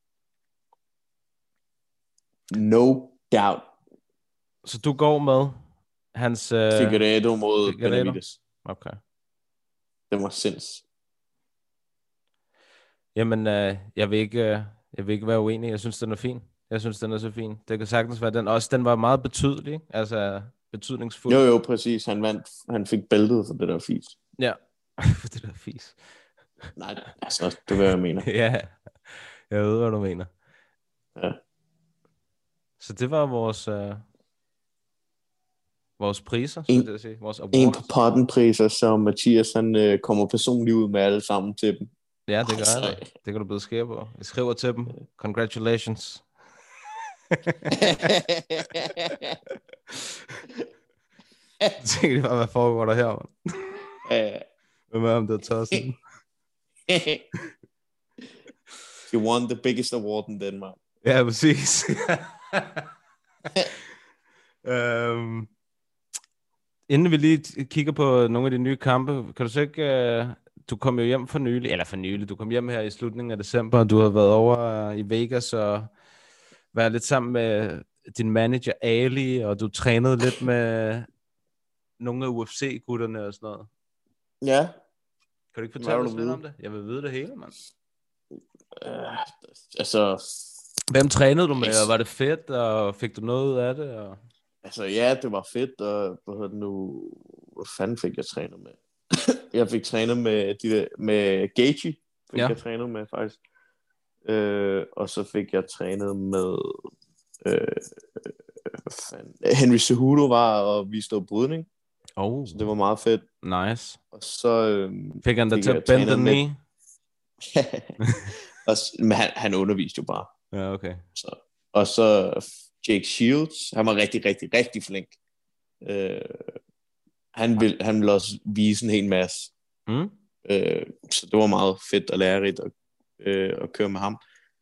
No doubt. Så du går med hans... Uh, Figueiredo mod Figueiredo. Benavides. Okay. Det var sinds. Jamen, uh, jeg vil ikke, uh, jeg vil ikke være uenig. Jeg synes, den er fin. Jeg synes, den er så fin. Det kan sagtens være den. Også den var meget betydelig, ikke? Altså betydningsfuld. Jo, jo, præcis. Han vandt, han fik bæltet for det der fis. Ja, for det der fis. Nej, altså, det er, hvad jeg mener. Ja, jeg ved, hvad du mener. Ja. Så det var vores uh, vores priser, En- skulle jeg sige. Vores En awards. på potten priser, som Mathias han øh, kommer personligt ud med alle sammen til dem. Ja, det gør Altså, jeg. Det kan du bedre skære på. Jeg skriver til dem. Congratulations. Jeg tænkte bare, hvad foregår der her, man? Hvem er ham, der tager sådan? You won the biggest award in Denmark. Ja, præcis. øhm, inden vi lige kigger på nogle af de nye kampe, kan du så ikke... Uh, du kom jo hjem for nylig, eller for nylig, du kom hjem her i slutningen af december, og du har været over uh, i Vegas og været lidt sammen med din manager Ali, og du trænede lidt med nogle af U F C-gutterne og sådan noget. Ja. Kan du ikke fortælle os lidt om det? Jeg vil vide det hele, mand. Uh, altså... Hvem trænede du med, og var det fedt, og fik du noget ud af det? Og... Altså, ja, det var fedt, og hvad hedder det nu... Hvad fanden fik jeg trænet med? Jeg fik trænet med, de der, med Gaethje, fik ja. jeg trænet med, faktisk. Øh, og så fik jeg trænet med... Øh, hvad fanden... Henry Cejudo var og viste noget brydning. Oh. Så det var meget fedt. Nice. Og så... Øh, fik han da til at bende den i? og, men han, han underviste jo bare. Ja, okay. Så, og så Jake Shields, han var rigtig, rigtig, rigtig flink. Øh, han, vil, han ville også vise en hel masse. Mm. Øh, så det var meget fedt og lærerigt at, øh, at køre med ham.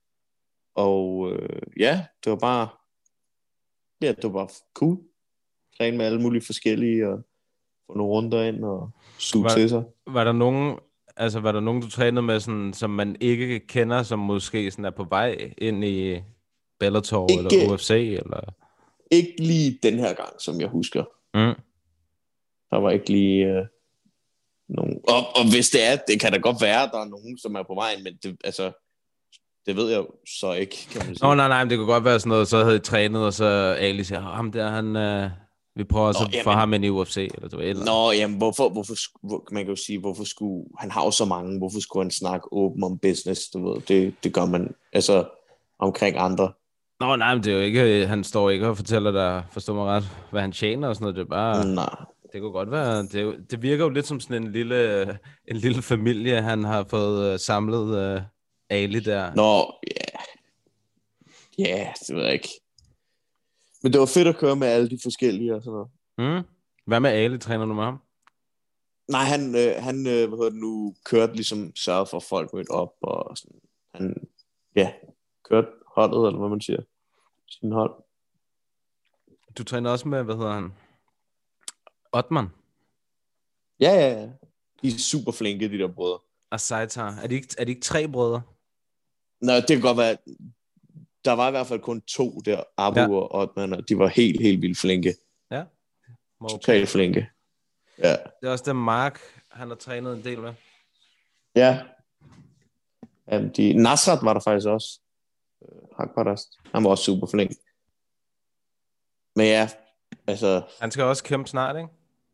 Og øh, ja, det var bare... Ja, det var bare cool. Træne med alle mulige forskellige, og få nogle runder ind, og suge til sig. Var der nogen... Altså, var der nogen, du trænede med, sådan, som man ikke kender, som måske sådan er på vej ind i Bellator ikke, eller U F C? Eller? Ikke lige den her gang, som jeg husker. Mm. Der var ikke lige øh, nogen... Og, og hvis det er, det kan da godt være, at der er nogen, som er på vejen, men det, altså, det ved jeg så ikke, kan man sige. Nå, nej, nej, men det kunne godt være sådan noget, så havde I trænet, og så Ali siger, ham der, han... Øh... Vi prøver også at få ham ind i U F C, eller du ved. Nå, jamen, hvorfor, hvorfor, man kan jo sige, hvorfor skulle, han har jo så mange, hvorfor skulle han snakke åben om business, du ved, det, det gør man, altså, omkring andre. Nå, nej, men det er jo ikke, han står ikke og fortæller dig, forstår mig ret, hvad han tjener og sådan noget, det er bare, nej. Det kunne godt være, det, jo, det virker jo lidt som sådan en lille, en lille familie, han har fået uh, samlet uh, Ali der. Nå, ja, yeah. ja, yeah, det ved jeg ikke. Men det var fedt at køre med alle de forskellige og sådan noget. Mm. Hvad med Ali? Træner du med ham? Nej, han, øh, han øh, hvad hedder det nu, kørte ligesom, sørgede for, at folk mødte op, og sådan, han, ja, kørte holdet, eller hvad man siger, sin hold. Du træner også med, hvad hedder han? Ottman? Ja, ja, ja. De er super flinke, de der brødre. Og Saitar. Er de ikke, er de ikke tre brødre? Nå, det kan godt være, der var i hvert fald kun to der, Abu ja. og Ottman, og de var helt, helt vildt flinke. Ja. Okay. Totalt flinke. Ja. Det er også det Mark, han har trænet en del med. Ja. Jamen, de... Nasrat var der faktisk også. Hakparast. Han var også super flink. Men ja, altså... Han skal også kæmpe snart, ikke?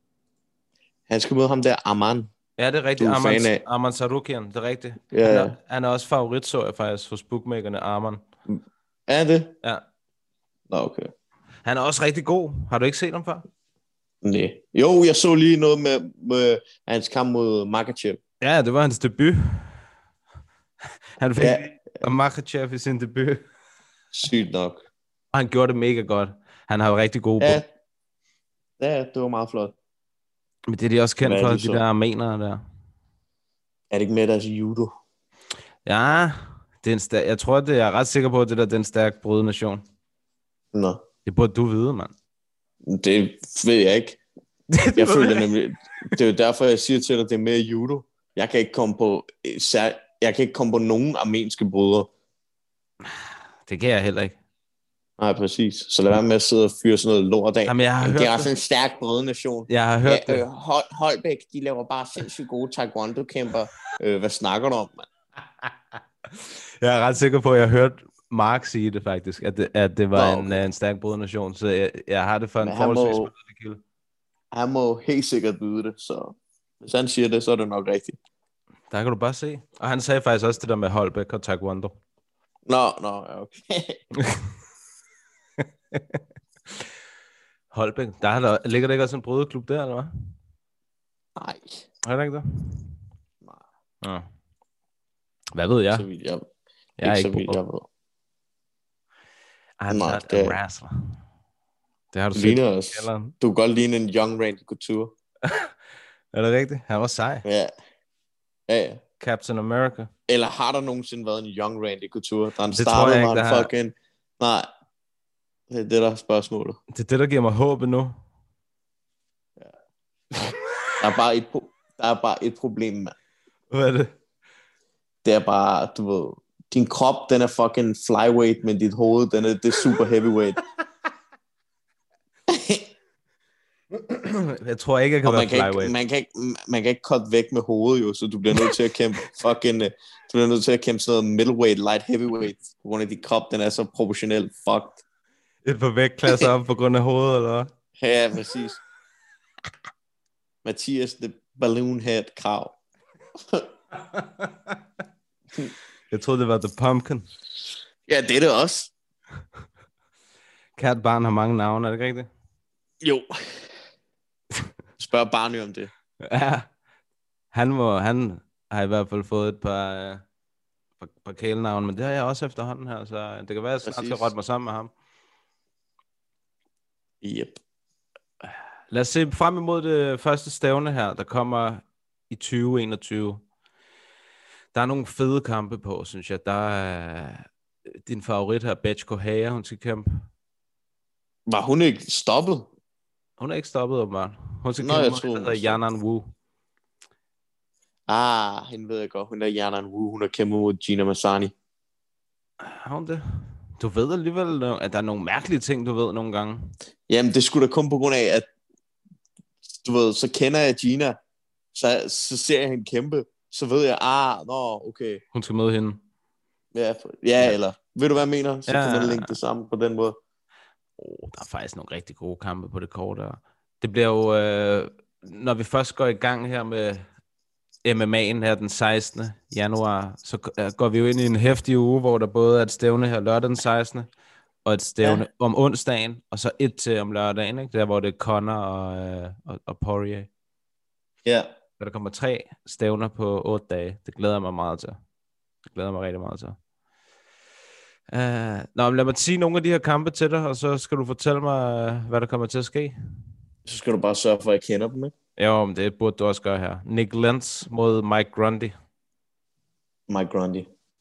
Han skal møde ham der, Aman. Ja, det er rigtigt. Arman, Arman Sarukian, det er rigtigt. Ja. Han, er, han er også favorit, så jeg faktisk, hos bookmakerne, Arman. Er det? Ja. Nå, okay. Han er også rigtig god. Har du ikke set ham før? Nej. Jo, jeg så lige noget med, med hans kamp mod Makhachev. Ja, det var hans debut. Han fik ja. Makhachev i sin debut. Sygt nok. Og han gjorde det mega godt. Han har jo rigtig gode ja. ja, det var meget flot. Men det er de også kendt for, de så? Der armenere der. Er det ikke med deres judo? Ja, det er en stærk, jeg tror, det er jeg ret sikker på, at det der det er en stærk brødnation. Nå. Det burde du vide, mand. Det ved jeg ikke. det jeg føler nemlig, det er jo derfor, jeg siger til dig, det er mere judo. Jeg kan ikke komme på, jeg kan ikke komme på nogen armenske brødre. Det kan jeg heller ikke. Nej, præcis. Så lad være med at sidde og fyre sådan noget lort af. Jamen, jeg har det hørt er også en stærk brødrenation. Jeg har hørt ja, det. Øh, Hol- Holbæk, de laver bare sindssygt gode taekwondo-kæmper. Øh, hvad snakker du om, mand? Jeg er ret sikker på, at jeg har hørt Mark sige det faktisk, at det, at det var Nå, okay. en, en stærk brødrenation. Så jeg, jeg har det for en forholdsvis må, kilde. Han må helt sikkert vide det, så hvis han siger det, så er det nok rigtigt. Der kan du bare se. Og han sagde faktisk også det der med Holbæk og taekwondo. Nå, nå, okay. Holbæk, der, er der ligger der ikke også en brødreklub der, eller hvad? Nej. Er der ikke det? Nej. Ja. Hvad ved jeg? Så vidt jeg, jeg er ikke ikke så vidt jeg ved. I'm Nej, not det- a wrestler. Det har du Du set. ligner også. Kælderen. Du kan godt ligne en young Randy Couture. Er det rigtigt? Han var sej. Ja. Ja, ja. Captain America. Eller har der nogensinde været en young Randy Couture? Da han Det tror startede, jeg ikke, var der han har. fucking... Nej. Det er det, der er spørgsmålet. Det er det, der giver mig håb nu. Der er bare et, pro- der er bare et problem, mand. Hvad er det? Det er bare, du ved... Din krop, den er fucking flyweight, men dit hoved, den er, det er super heavyweight. Jeg tror ikke, jeg kan Og være man kan, ikke, flyweight. man, kan ikke, man kan ikke cut væk med hovedet jo, så du bliver nødt til at kæmpe fucking, øh, du bliver nødt til at kæmpe sådan noget middleweight, light heavyweight, på grund af din krop, den er så proportionelt fucked. Et par vægtklasser op på grund af hovedet, eller hvad? Ja, præcis. Mathias, the balloon head krav. Jeg troede, det var The Pumpkin. Ja, det er det også. Kært barn har mange navne, er det ikke rigtigt? Jo. Spørg Barney om det. Ja. Han, må, han har i hvert fald fået et par, øh, par, par kælenavne, men det har jeg også efterhånden her, så det kan være, at jeg snart Præcis. skal rotte mig sammen med ham. Yep. Lad os se frem imod det første stævne her, der kommer i tyve enogtyve. Der er nogle fede kampe på, synes jeg. Der er din favorit her, Betch Kohaya, hun skal kæmpe. Var hun ikke stoppet? Hun er ikke stoppet, åbenbart. Hun skal Nå, kæmpe jeg mod troede, en, hun der hedder Yanan Wu. Ah, hende ved jeg godt. Hun er Yanan Wu. Hun har kæmpet mod Gina Masani. Har hun det? Du ved alligevel, at der er nogle mærkelige ting, du ved nogle gange. Jamen, det skulle da kun på grund af, at du ved, så kender jeg Gina, så, så ser jeg hende kæmpe, så ved jeg, ah, nå, okay. Hun skal møde hende. Ja, ja, eller, ved du, hvad jeg mener? Så Ja. kan man linke det sammen på den måde. Oh, der er faktisk nogle rigtig gode kampe på det kort der. Det bliver jo, øh, når vi først går i gang her med M M A'en her den sekstende januar, så øh, går vi jo ind i en heftig uge, hvor der både er et stævne her lørdag den sekstende og et stævne ja. om onsdagen, og så et til om lørdagen, ikke? Der hvor det er Conor og, øh, og, og Poirier. Ja. Så der kommer tre stævner på otte dage. Det glæder jeg mig meget til. Det glæder jeg mig rigtig meget til. Uh, nå, men lad mig sige nogle af de her kampe til dig, og så skal du fortælle mig, hvad der kommer til at ske. Så skal du bare sørge for, at jeg kender dem, ikke? Jo, men det burde du også gøre her. Nick Lentz mod Mike Grundy. Mike Grundy.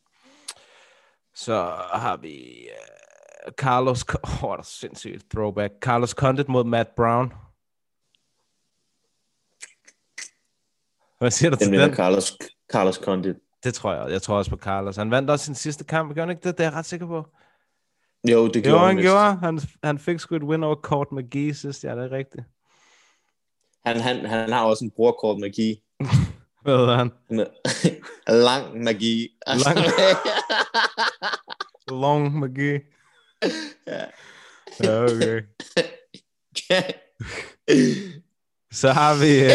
Så har vi uh, Carlos... Åh, oh, der er sindssygt throwback. Carlos Condit mod Matt Brown. Hvad siger du Den til vinder den? Carlos, Carlos Condit. Det tror jeg. Jeg tror også på Carlos. Han vandt også sin sidste kamp. Gjorde han ikke det? Det er jeg ret sikker på. Jo, det Jo, gjorde han vist. gjorde. Han, han fik sgu et win over Court McGee sidst. Ja, det er rigtigt. Han, han, han har også en brorkort magi. Hvad hedder han? Lang magi. Lang. Long McGee. Ja. Ja, okay. Så har vi...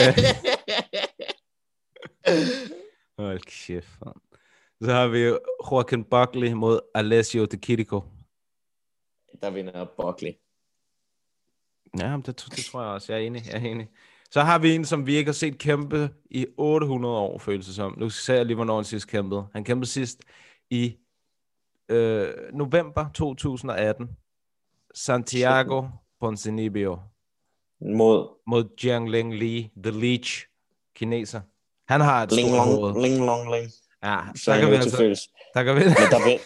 Uh... Hold kæft, man. Så har vi Joaquin Buckley mod Alessio Di Chirico. Der vinder Buckley. Ja, det, det tror jeg også. Jeg er enig. Jeg er enig. Så har vi en, som vi ikke har set kæmpe i otte hundrede år, føles det som. Nu ser jeg lige, hvornår han sidst kæmpede. Han kæmpede sidst i øh, november to tusind og atten. Santiago Ponzinibbio Mod mod Jiang Li, The Leech, kineser. Han har et Ling stort Long, hoved. Ling Long Ling. Ja, Så der er kan vi jeg nødt til altså... føles. Der kan vi... Men der, vind...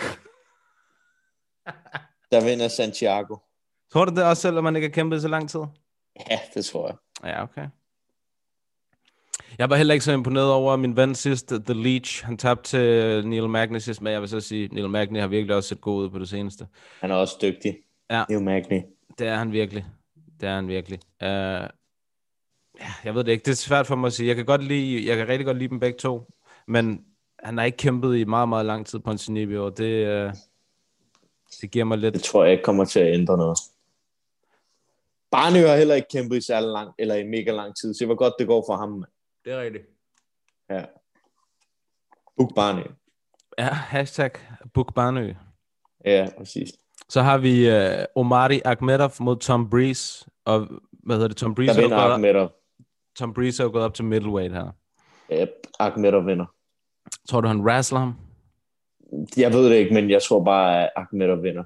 der vinder Santiago. Tror du det også, selvom man ikke har kæmpet så lang tid? Ja, det tror jeg. Ja, okay. Jeg var heller ikke så imponeret over min ven sidst, The Leech. Han tabte til Neil Magny sidst, men jeg vil så sige, Neil Magny har virkelig også set god ud på det seneste. Han er også dygtig. Ja. Neil Magny. Det er han virkelig. Det er han virkelig. Uh, ja, jeg ved det ikke. Det er svært for mig at sige. Jeg kan, godt lide, jeg kan rigtig godt lide dem begge to, men han har ikke kæmpet i meget, meget lang tid på en Ponzinibbio, og det, uh, det giver mig lidt... Det tror jeg ikke kommer til at ændre noget. Barney har heller ikke kæmpet i særlig lang, eller i mega lang tid, så hvor godt det går for ham. Det er rigtigt. Ja. Book Barney. Ja, hashtag Book Barnø. Ja, præcis. Så har vi uh, Omari Akhmedov mod Tom Breeze, og hvad hedder det, Tom Breeze Der vinder er jo gået, Akhmedov. Tom Breeze er jo gået op til middleweight her. Yep, Akhmedov vinder. Tror du, han wrestler ham? Jeg ved det ikke, men jeg tror bare, at Akhmedov vinder.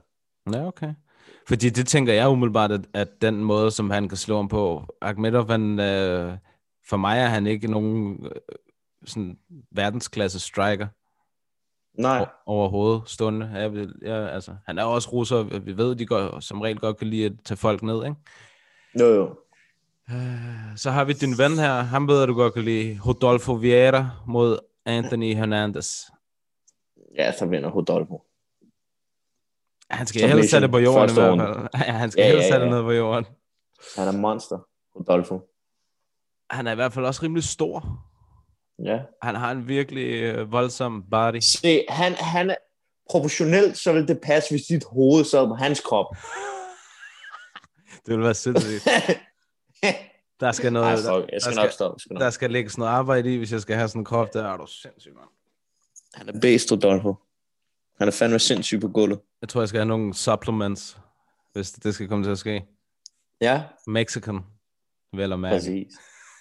Ja, okay. Fordi det tænker jeg umiddelbart, at, at den måde, som han kan slå ham på, Akhmedov, han, øh, for mig er han ikke nogen øh, sådan verdensklasse striker. Nej. O- overhovedet stående. Jeg vil, jeg, altså, han er også russer, vi ved, de går, som regel godt kan lide at tage folk ned, ikke? Jo, jo. Uh, så har vi din ven her, han ved, at du godt kan lide Rodolfo Vieira mod Anthony Hernandez. Ja, så vinder Rodolfo. Han skal helst sætte det på jorden i hvert fald. Ja, han skal ja, helst ja, sætte ja. det ned på jorden. Han er monster, Rodolfo. Han er i hvert fald også rimelig stor. Ja. Han har en virkelig øh, voldsom body. Se, han, han er proportionelt, så vil det passe, hvis dit hoved sad på hans krop. Det vil være sindssygt. Der skal noget, Ej, fuck, jeg skal der, nok skal, stoppe. Skal nok. der skal lægges noget arbejde i, hvis jeg skal have sådan en krop, der er du sindssygt, man. Han er bedst, Rodolfo. Han er fandme sindssyg på gulvet. Jeg tror, jeg skal have nogle supplements, hvis det skal komme til at ske. Ja, Mexican, vel og mærke. præcis.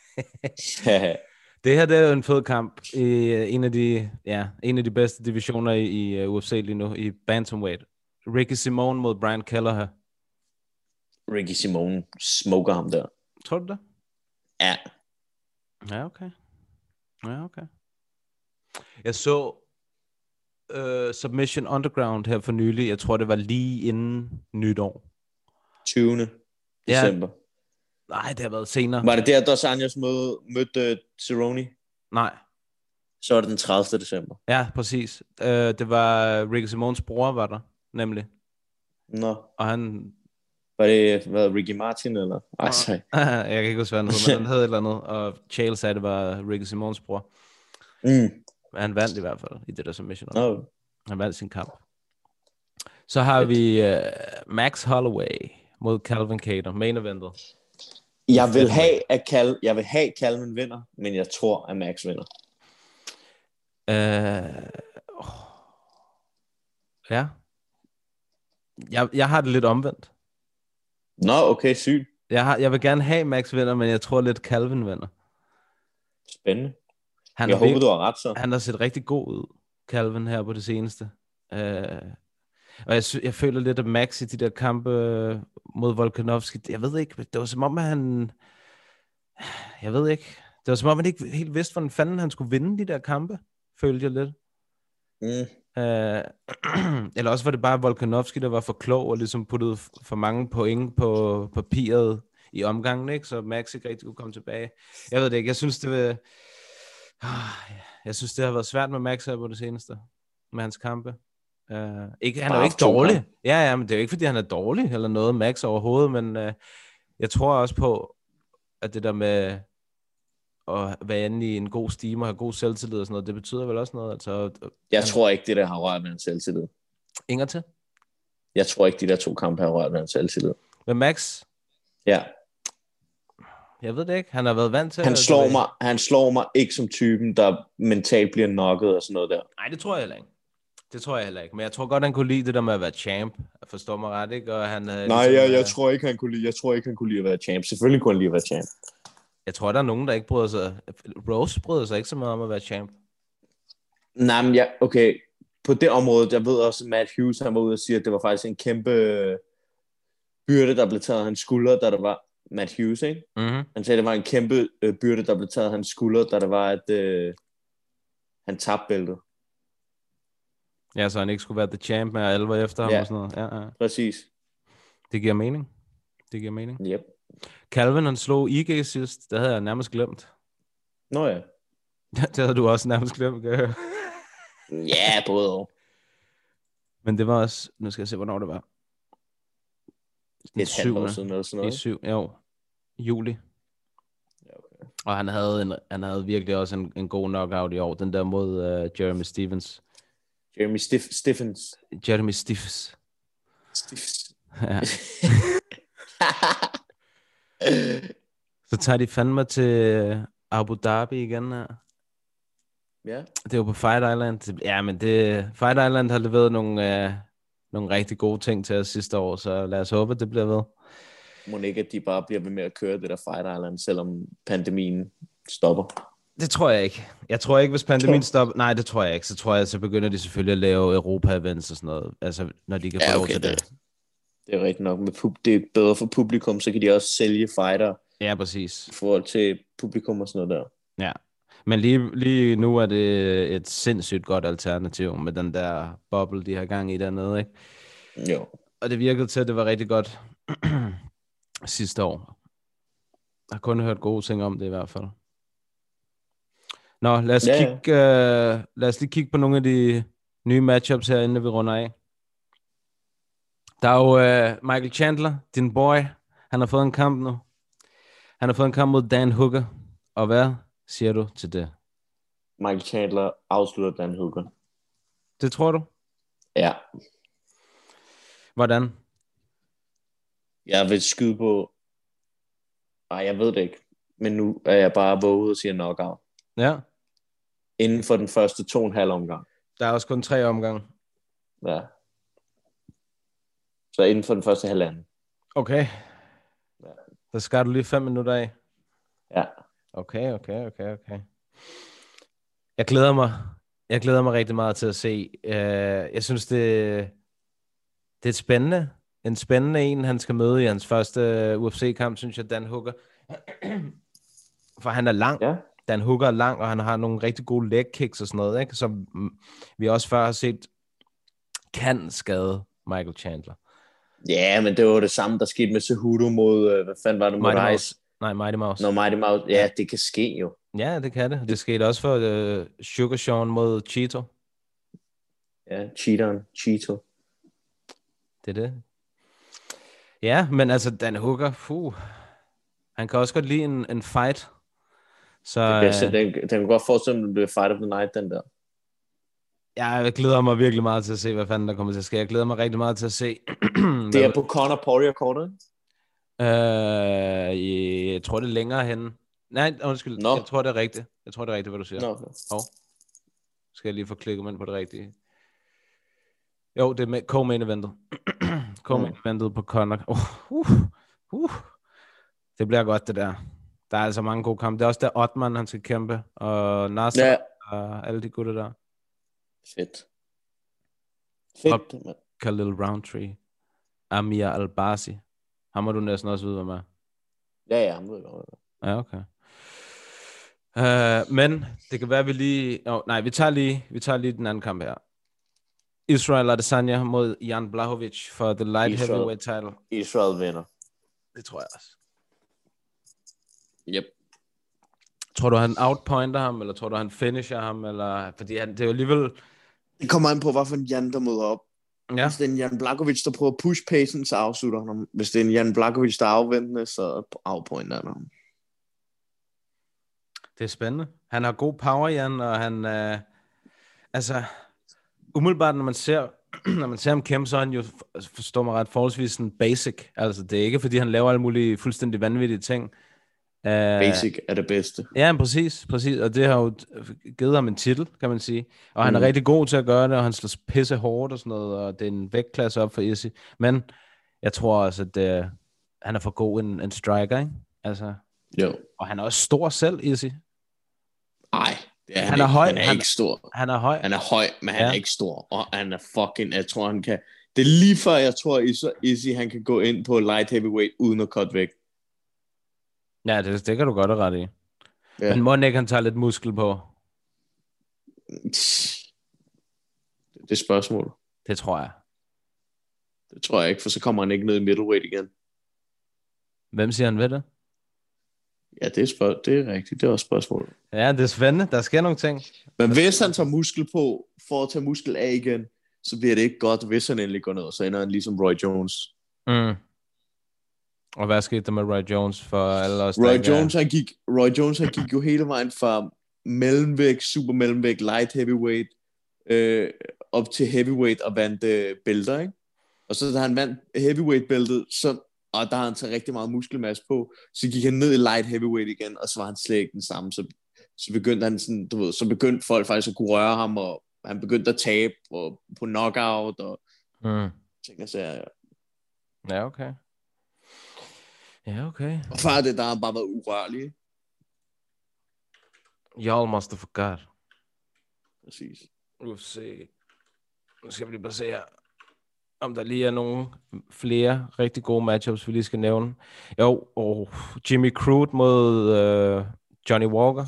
Det her, det er jo en fed kamp i en af de, ja, en af de bedste divisioner i, i U F C lige nu, i bantamweight. Ricky Simon mod Brian Kelleher. Ricky Simon smoker ham der. Tror du det? Ja. Ja, okay. Ja, okay. Jeg så uh, Submission Underground her for nylig. Jeg tror, det var lige inden nytår. tyvende december. Ja. Nej, det har været senere. Var det der, Dos Anjos mød, mødte uh, Cerrone? Nej. Så var det den tredivte december. Ja, præcis. Uh, det var Ricky Simons bror, var der nemlig. Nå. Og han... Var det hvad, Ricky Martin, eller? Ej, sorry. Jeg kan ikke huske, hvad han hed, men han hed et eller andet. Og Chael sagde, det var Ricky Simons bror. Mm. Men han vandt i hvert fald i det der submission. No. Han vandt sin kamp. Så har vi uh, Max Holloway mod Calvin Kattar, main eventet. Jeg vil have, at Cal, jeg vil have Calvin vinder, men jeg tror, at Max vinder. Uh, oh. Ja. Jeg, jeg har det lidt omvendt. Nå, okay, sygt. Jeg, har, jeg vil gerne have Max vinder, men jeg tror lidt Calvin vinder. Spændende. Han jeg har håber, virkelig, du har ret så. Han har set rigtig god ud, Calvin, her på det seneste. Uh, og jeg, jeg føler lidt, at Max i de der kampe mod Volkanovski, jeg ved ikke, det var som om, at han... Jeg ved ikke. Det var som om, han ikke helt vidste, hvordan fanden han skulle vinde de der kampe, følte jeg lidt. Mm. Uh, eller også var det bare Volkanovski, der var for klog og ligesom puttede for mange point på papiret i omgangen, ikke? Så Max ikke rigtig kunne komme tilbage. Jeg ved det ikke. Jeg synes, det vil... Jeg synes, det har været svært med Max her på det seneste, med hans kampe. Uh, ikke, han er jo ikke dårlig. Ja, ja, men det er jo ikke, fordi han er dårlig eller noget, Max overhovedet, men uh, jeg tror også på, at det der med at være inde i en god steam og have god selvtillid og sådan noget, det betyder vel også noget. Altså, jeg han... tror ikke, det der har rørt med hans selvtillid. Inger til? Jeg tror ikke, de der to kampe har rørt med hans selvtillid. Men Max? Ja. Jeg ved det ikke. Han har været vant til... Han slår, mig, han slår mig ikke som typen, der mentalt bliver knocket og sådan noget der. Nej, det tror jeg heller ikke. Det tror jeg heller ikke. Men jeg tror godt, han kunne lide det der med at være champ. Jeg forstår mig ret, ikke? Og han, Nej, ligesom, jeg, jeg, tror ikke, han kunne lide, jeg tror ikke, han kunne lide at være champ. Selvfølgelig kunne han lide at være champ. Jeg tror, der er nogen, der ikke bryder sig... Rose bryder sig ikke så meget om at være champ. Nej, men ja, okay. På det område, jeg ved også, at Matt Hughes, han var ude og sige, at det var faktisk en kæmpe byrde, der blev taget af hans skuldre, da der var Matt Hughes, ikke? Mm-hmm. Han sagde, at det var en kæmpe øh, byrde, der blev taget af hans skuldre, da der var, at øh, han tabte bæltet. Ja, så han ikke skulle være the champ med alle var efter ham ja. og sådan noget. Ja, ja. Præcis. Det giver mening. Det giver mening. Yep. Calvin, han slog I G sidst. Det havde jeg nærmest glemt. Nå ja. Det havde du også nærmest glemt, kan jeg høre. Ja, både og. Men det var også... Nu skal jeg se, hvornår det var. Et halvt år siden eller sådan noget. I syv, jo. Juli. Ja, okay. Og han havde, en, han havde virkelig også en, en god knockout i år. Den der mod uh, Jeremy Stephens. Jeremy Stif- Stephens. Jeremy Stephens. Stephens. Ja. Så tager de fandme til Abu Dhabi igen her. Ja. Det er jo på Fight Island. Ja, men det, Fight Island har leveret nogle, øh, nogle rigtig gode ting til os sidste år, så lad os håbe, at det bliver ved. Må ikke, at de bare bliver ved med at køre det der Fight Island, selvom pandemien stopper. Det tror jeg ikke. Jeg tror ikke, hvis pandemien stopper... Nej, det tror jeg ikke. Så tror jeg, så begynder de selvfølgelig at lave Europa-events og sådan noget. Altså, når de kan få ja, lov okay, til det. det. Det er rigtigt nok. Med pub- det er bedre for publikum, så kan de også sælge fighter Ja, præcis. i forhold til publikum og sådan noget der. Ja. Men lige, lige nu er det et sindssygt godt alternativ med den der boble, de har gang i dernede, ikke? Jo. Og det virkede til, at det var rigtig godt sidste år. Jeg har kun hørt gode ting om det i hvert fald. Nå, lad os, Ja, ja. kigge, uh, lad os lige kigge på nogle af de nye matchups her, inden vi runder af. Der er jo uh, Michael Chandler, din boy. Han har fået en kamp nu. Han har fået en kamp mod Dan Hooker. Og hvad siger du til det? Michael Chandler afslutter Dan Hooker. Det tror du? Ja. Hvordan? Jeg vil skyde på... Ej, jeg ved det ikke. Men nu er jeg bare våget og siger knockout. Ja. Inden for den første to og en halv omgang. Der er også kun tre omgange. Ja. Så inden for den første halvanden. Okay. Ja. Så skal du lige fem minutter af. Ja. Okay, okay, okay, okay. Jeg glæder mig. Jeg glæder mig rigtig meget til at se. Uh, jeg synes, det, det er spændende. En spændende en, han skal møde i hans første U F C-kamp, synes jeg, Dan Hooker. For han er lang. Ja. Dan Hooker er lang, og han har nogle rigtig gode leg kicks og sådan noget, ikke? Som vi også før har set kan skade Michael Chandler. Ja, men det var det samme, der skete med Cejudo mod, øh, hvad fanden var det, mod Mighty Rice? Mouse. Nej, Mighty Mouse. Nå, Mighty Mouse. Ja, det kan ske jo. Ja, det kan det. Det skete også for uh, Sugar Sean mod Cheeto. Ja, cheateren, Cheeto. Det er det. Ja, men altså, Dan Hooker, fuh, han kan også godt lide en, en fight. Så Det bedste, øh, den, den kan godt forestille, at det bliver fight of the night, den der. jeg glæder mig virkelig meget til at se, hvad fanden der kommer til at ske. Jeg glæder mig rigtig meget til at se. Det er på Conor Poirier-kortet. Øh, jeg tror, det er længere henne. Nej, undskyld. Nå. Jeg tror, det er rigtigt. Jeg tror, det er rigtigt, hvad du siger. Nå, okay. Hov. Skal jeg lige få klikket mig ind på det rigtige? Jo, det er med co-main eventet. co-main eventet på Conor. Uh, uh, uh. Det bliver godt, det der. Der er altså mange gode kampe. Det er også der Ottman, han skal kæmpe. Og Nasser Ja. og alle de gutter der. Fedt. Fedt, Og- mand. Khalil Roundtree. Amir Albasi. Ham må du næsten også vide, hvad med. Ja, ja, han ved godt. Ja, okay. Uh, men det kan være, at vi lige... Oh, nej, vi tager lige, vi tager lige den anden kamp her. Israel Adesanya mod Jan Blachowicz for the light Israel. heavyweight title. Israel vinder. Det tror jeg også. Yep. Tror du, han outpointer ham, eller tror du, han finisher ham? Eller... Fordi han, det er jo alligevel... Det kommer an på, hvad for en Jan, der møder op. Ja, Hvis det er en Jan Blachowicz, der prøver at push pacen, så afslutter han ham. Hvis det er en Jan Blachowicz, der er afventende, så outpointer han ham. det er spændende. Han har god power, Jan, og han... Uh... Altså, umiddelbart, når man ser... når man ser ham kæmpe, så er han jo, forstår mig ret, forholdsvis sådan basic. Altså, det er ikke, fordi han laver alle mulige fuldstændig vanvittige ting. Uh... Basic er det bedste. Ja, præcis, præcis, og det har jo givet ham en titel, kan man sige. Og han Mm. er rigtig god til at gøre det, og han slår pisse hårdt og sådan noget, og det er en vægtklasse op for Izzy. Men jeg tror også, at uh, han er for god en, en striker, ikke? Altså, Jo. og han er også stor selv, Izzy. Nej, det er han, Han er ikke. høj, Han er han- ikke stor. Han er høj. Han er høj, men han Ja. er ikke stor. Og han er fucking, jeg tror, han kan... Det er lige før, jeg tror, Izzy, Izzy han kan gå ind på light heavyweight, uden at cut væk. Ja, det, det kan du godt have ret i. Ja. Men må ikke han tager lidt muskel på? Det er spørgsmålet. Det tror jeg. Det tror jeg ikke, for så kommer han ikke ned i middleweight igen. Hvem siger han ved det? Ja, det er, spørg- det er rigtigt. Det er også spørgsmålet. Ja, det er spændende. Der sker nogle ting. Men hvis han tager muskel på, for at tage muskel af igen, så bliver det ikke godt, hvis han endelig går ned, så ender han ligesom Roy Jones. Mm. Og hvad skete der med Roy Jones for alle os, der Roy ikke er- Jones, han gik, Roy Jones, han gik jo hele vejen fra mellemvægt, super mellemvægt, light heavyweight, øh, op til heavyweight og vandt øh, bælter, ikke? Og så da han vandt heavyweight-bæltet, så, og der har han taget rigtig meget muskelmasse på, så gik han ned i light heavyweight igen, og så var han slet ikke den samme. Så, så begyndte han sådan, du ved, så begyndte folk faktisk at kunne røre ham, og han begyndte at tabe og, på knockout og Mm. ting og sager. Ja. Ja, okay. Ja, okay. Og før det, der har han bare været urørlig. ikke? Y'all must have forgot. Præcis. U F C. Nu skal vi lige bare se her. om der lige er nogle flere rigtig gode matchups, vi lige skal nævne. Jo, og Jimmy Crute mod øh, Johnny Walker.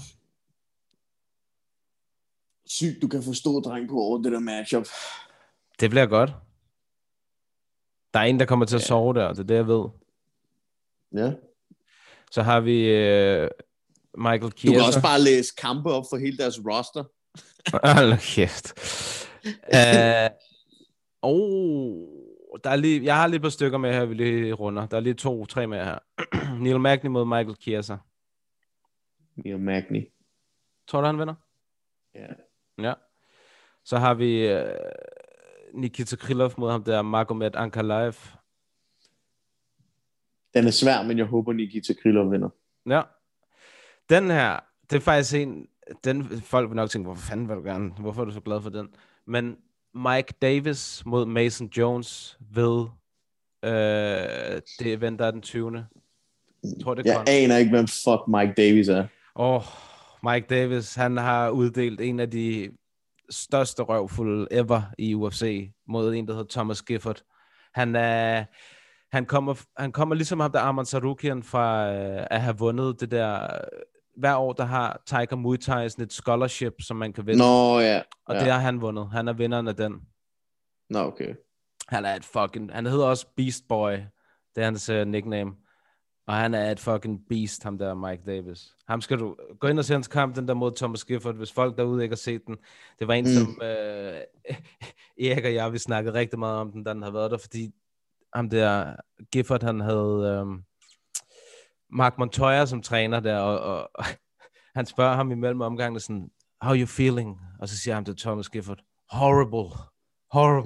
Sygt, du kan forstå, dreng, på over det der matchup. Det bliver godt. Der er en, der kommer til at ja. sove der, det er det, jeg ved. Ja. Så har vi øh, Michael Chiesa. Du kan også bare læse kampe op for hele deres roster. Hold kæft. uh, oh, der er lige, jeg har lige et par stykker med her, vi lige runder. Der er lige to, tre med her. Neil Magny mod Michael Chiesa. Neil Magny. Tror du, han vinder? Ja. Ja. Så har vi uh, Nikita Krylov mod ham der, Magomed Ankalaev. Den er svær, men jeg håber, Nikita Krylov vinder. Ja. Den her, det er faktisk en, den folk vil nok tænke, hvorfor fanden vil du gerne, hvorfor er du så glad for den? Men Mike Davis mod Mason Jones ved øh, det event, der er den tyvende Jeg tror, det jeg aner ikke, hvem fuck Mike Davis er. Åh, oh, Mike Davis, han har uddelt en af de største røvfulde ever i U F C mod en, der hedder Thomas Gifford. Han er... Han kommer, han kommer ligesom ham der Arman Sarukian fra øh, at have vundet det der... Hver år, der har Tiger Muay Thai sådan et scholarship, som man kan vinde. Nå, ja. Og ja. det har han vundet. Han er vinderen af den. Nå, okay. Han er et fucking... Han hedder også Beast Boy. Det er hans uh, nickname. Og han er et fucking beast, ham der Mike Davis. Ham skal du... Gå ind og se hans kamp, den der mod Thomas Gifford, hvis folk derude ikke har set den. Det var en, mm. som... Øh, Erik og jeg, vi snakkede rigtig meget om den, da den havde været der, fordi ham der Gifford, han havde øhm, Mark Montoya som træner der, og, og, og han spørger ham imellem omgangene sådan, how you feeling? Og så siger han til Thomas Gifford, horrible, horrible.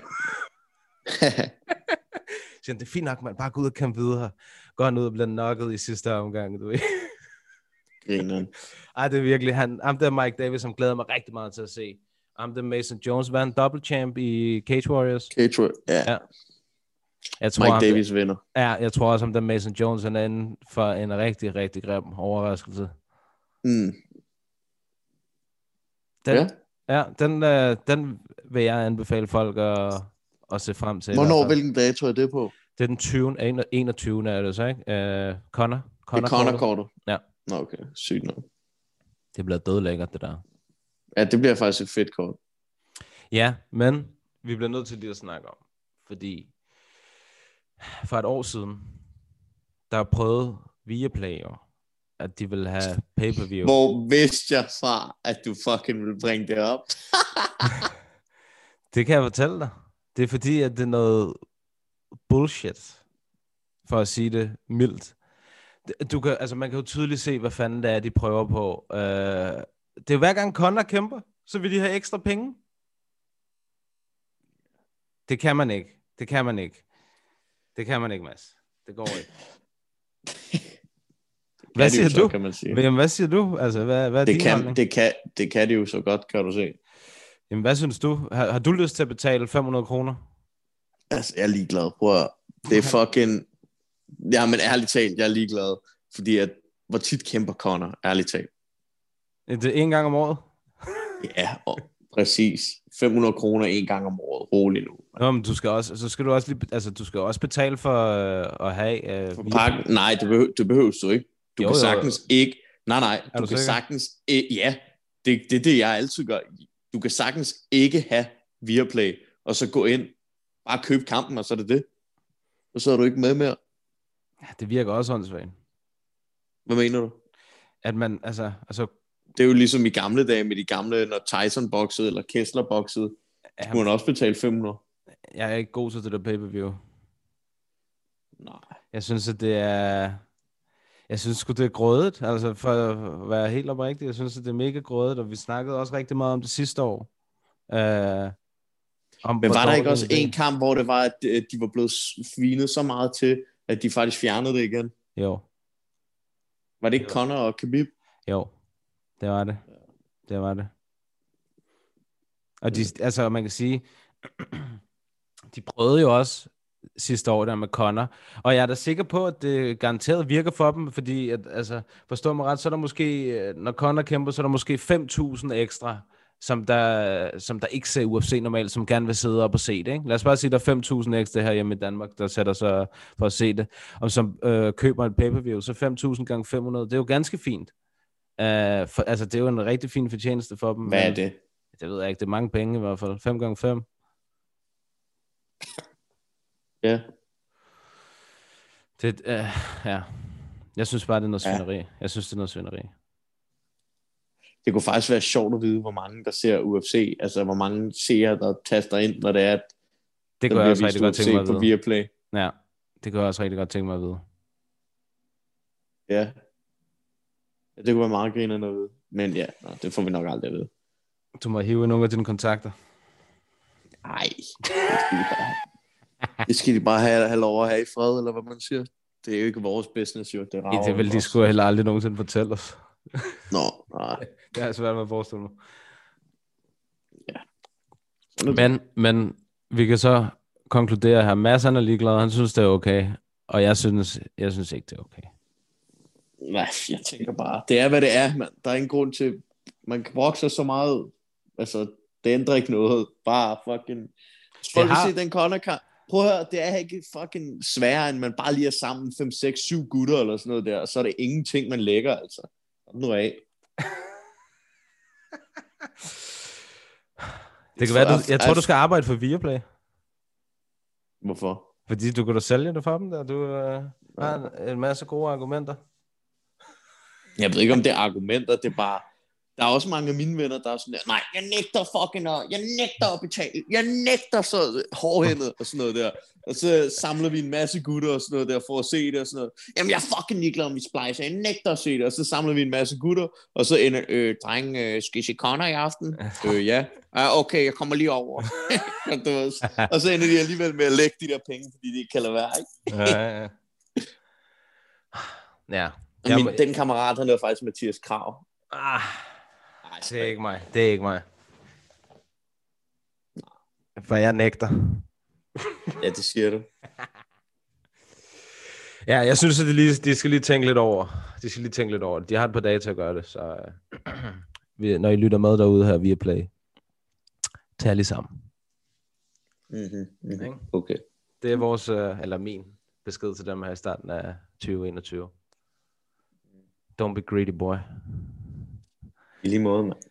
Så det er fint nok, man, bare gå ud og kæmpe videre. Går han ud og bliver knocket i sidste omgang, du ved. Grineren. Ej, det er virkelig, han, ham der Mike Davis, som glæder mig rigtig meget til at se. Ham der Mason Jones, var en double champ i Cage Warriors. Cage Warriors, ja. ja. Jeg tror, Mike Davis der, vinder. Ja, jeg tror også, om der Mason Jones han er inde for en rigtig, rigtig grim overraskelse. Mm. Den, ja. Ja, den, øh, den vil jeg anbefale folk at, at se frem til. Hvornår, hvilken dato er det på? Det er den tyvende enogtyvende er det så, ikke? Uh, Conor. Conor, Conor Corder. Ja. Nå, okay. Sygt nok. Det bliver dødlækkert, det der. Ja, det bliver faktisk et fedt kort. Ja, men vi bliver nødt til lige at snakke om, fordi for et år siden, der prøvede Viaplay jo, at de ville have pay-per-view. Hvor vidste jeg fra, at du fucking ville bringe det op? Det kan jeg fortælle dig. Det er fordi, at det er noget bullshit, for at sige det mildt. Du kan, altså man kan jo tydeligt se, hvad fanden det er, de prøver på. Uh, det er jo hver gang Conor kæmper, så vil de have ekstra penge. Det kan man ikke. Det kan man ikke. Det kan man ikke, Mads. Det går ikke. Hvad siger så, du? Kan man sige. Jamen, hvad siger du? Altså, hvad, hvad er det din kan, holdning? det, kan, det kan det jo så godt, kan du se. Jamen, hvad synes du? Har, har du lyst til at betale fem hundrede kroner? Altså, jeg er ligeglad. Prøv at, det er fucking... Ja, men ærligt talt, jeg er ligeglad. Fordi at, hvor tit kæmper Conor, ærligt talt. Det er en gang om året? Ja, og præcis. fem hundrede kroner en gang om året. Rolig nu. Nå, men du skal også, så skal du også lige, altså, du skal også betale for øh, at have... Øh, for pakken? Nej, det, behøver, det behøver du ikke. Du jo, kan jo. sagtens ikke... Nej, nej, er du, du kan sikker? sagtens... Eh, ja, det, det er det, jeg altid gør. Du kan sagtens ikke have Viaplay, og så gå ind, bare købe kampen, og så er det det. Og så er du ikke med mere. Ja, det virker også åndssvagt. Hvad mener du? At man, altså... altså det er jo ligesom i gamle dage med de gamle, når Tyson boxede, eller Kessler boxede, så kunne man også betale fem hundrede. Jeg er ikke god til det der pay-per-view. Nej. Jeg synes, at det er... Jeg synes sgu, det er grødet. Altså, for at være helt oprigtig, jeg synes, at det er mega grødet, og vi snakkede også rigtig meget om det sidste år. Uh, om, Men var der ikke også en kamp, hvor det var, at de var blevet svinet så meget til, at de faktisk fjernede det igen? Jo. Var det ikke Conor og Khabib? Jo, det var det. Det var det. Og de, altså, man kan sige, de prøvede jo også sidste år der med Conor, og jeg er da sikker på, at det garanteret virker for dem, fordi, at, altså, forstår mig ret, så er der måske, når Conor kæmper, så er der måske fem tusind ekstra som der, som der ikke ser U F C normalt, som gerne vil sidde op og se det. Ikke? Lad os bare sige, der er fem tusind ekstra her hjemme i Danmark, der sætter sig for at se det, og som øh, køber et pay-per-view, så fem tusind gange fem hundrede, det er jo ganske fint. Uh, for, altså, det er jo en rigtig fin fortjeneste for dem. Hvad er det? Det ved jeg ikke, det er mange penge i hvert fald. fem gange fem. Ja. Det, uh, ja. Jeg synes bare, det er noget svineri. Ja. Jeg synes, det er noget svineri. Det kunne faktisk være sjovt at vide, hvor mange der ser U F C. Altså, hvor mange seere, der taster ind, når det er, at det kunne jeg også rigtig godt tænke mig at vide. På Viaplay. Ja, det kunne jeg også rigtig godt tænke mig at vide. Ja. Det kunne være meget grinerende at vide. Men ja, nå, det får vi nok aldrig at vide. Du må hive nogle af dine kontakter. Nej. Det skal de bare have, have lov at have i fred, eller hvad man siger. Det er jo ikke vores business, jo. Det, ja, det vil de sgu heller aldrig nogensinde fortælle os. Nå, nej. Det er svært med at forestille mig. Ja. Men, men vi kan så konkludere her. Mads, han er ligeglad. Han synes, det er okay. Og jeg synes, jeg synes ikke, det er okay. Nej, jeg tænker bare, det er, hvad det er, man. Der er ingen grund til, man kan brokke sig så meget. Altså, det ændrer ikke noget. Bare fucking... Folk har... vil se den Conor-kamp. Prøv at høre, det er ikke fucking sværere, end man bare lige er sammen fem, seks, syv gutter eller sådan noget der, og så er det ingenting, man lægger, altså. Nu af. Det kan være, du, jeg tror, du skal arbejde for Viaplay. Hvorfor? Fordi du kan da sælge det for dem der. Du øh, har en masse gode argumenter. Jeg ved ikke, om det er argumenter, det er bare... Der er også mange af mine venner, der er sådan der, nej, jeg nægter fucking at, jeg nægter at betale, jeg nægter så hårdhændet og sådan noget der. Og så samler vi en masse gutter og sådan noget der for at se det og sådan noget. Jamen, jeg er fucking ligeglad om vi splicer, jeg nægter at se det. Og så samler vi en masse gutter, og så ender, øh, dreng, øh, skal I se Conor i aften? øh, ja. Ah, okay, jeg kommer lige over. Og så ender de alligevel med at lægge de der penge, fordi de ikke kan lade være, ikke? ja, ja. ja. Min, den kammerat, han er faktisk Mathias Krav. Ah. Nej, det er ikke mig. Det er ikke mig. For jeg nægter. Ja, det siger du. Ja, jeg synes, at de, lige, de skal lige tænke lidt over. De skal lige tænke lidt over det. De har et par dage til at gøre det, så øh, når I lytter med derude her via Play, tag lige sammen. Mm-hmm, mm-hmm. Okay. Det er vores, øh, eller min besked til dem her i starten af tyve enogtyve. Don't be greedy, boy. I lige måde, mand.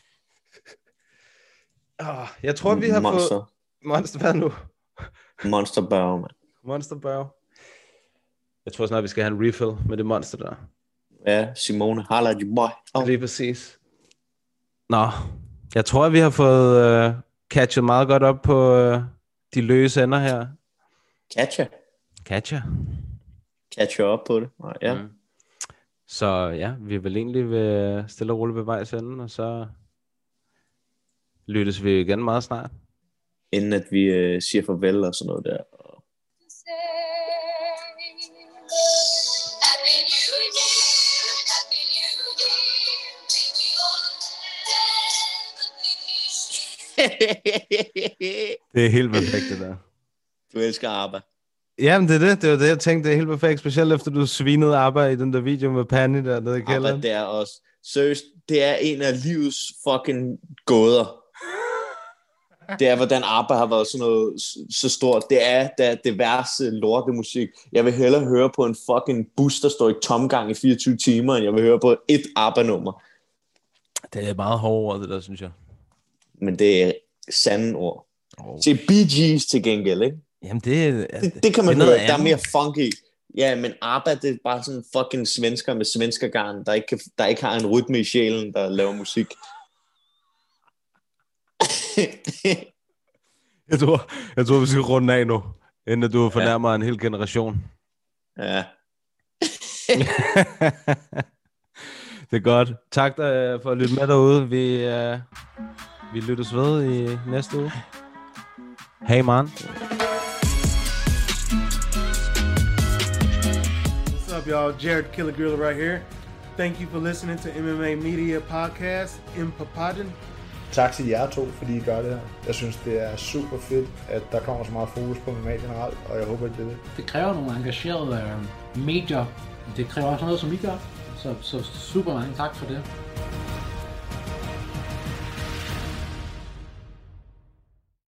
Oh, jeg tror, vi har Monster. fået... Monster, hvad nu? Monsterbørge, mand. Monsterbørge. Jeg tror snart, vi skal have en refill med det monster der. Ja, Simone, holla you boy. Oh. Lige præcis. Nå, jeg tror, vi har fået uh, catchet meget godt op på uh, de løse ender her. Catcher? Catcher. Catcher op på det, ja. Mm. Så ja, vi er vel egentlig ved stille og roligt ved vejs ende, og så lyttes vi igen meget snart. Inden at vi øh, siger farvel og sådan noget der. Det er helt perfekt, det der. Du elsker ABBA. Jamen, det er det. Det var det, jeg tænkte, det er helt perfekt. Specielt efter du svinede ABBA i den der video med Panny der nede i kælderen. ABBA, det er også... Seriøst, det er en af livets fucking gåder. Det er, hvordan ABBA har været sådan noget så stort. Det er da det værste lortemusik. Jeg vil hellere høre på en fucking bus, der står i tomgang i fireogtyve timer, end jeg vil høre på et ABBA-nummer. Det er meget hårde ord, det der, synes jeg. Men det er sande ord. Oh. Se, Bee Gees til gengæld, ikke? Jamen, det, det, det kan man det høre. Der er mere funky. Ja, men ABBA, det er bare sådan fucking svensker med svenskergarn, der ikke, kan, der ikke har en rytme i sjælen, der laver musik. jeg, tror, jeg tror, vi skal runde af nu, inden du fornærmer ja. en hel generation. Ja. Det er godt. Tak der, for at lytte med derude. Vi, uh, vi lyttes ved i næste uge. Hey, man. What's up, y'all? Jared Killer Gorilla right here. Thank you for listening to M M A Media Podcast in Papadon. Tak til jer to, fordi I gør det her. Jeg synes, det er super fedt, at der kommer så meget fokus på M M A generelt, og jeg håber, at det er det. Det kræver nogle engagerede øh, medier. Det kræver også noget, som I gør. Så, så super mange tak for det.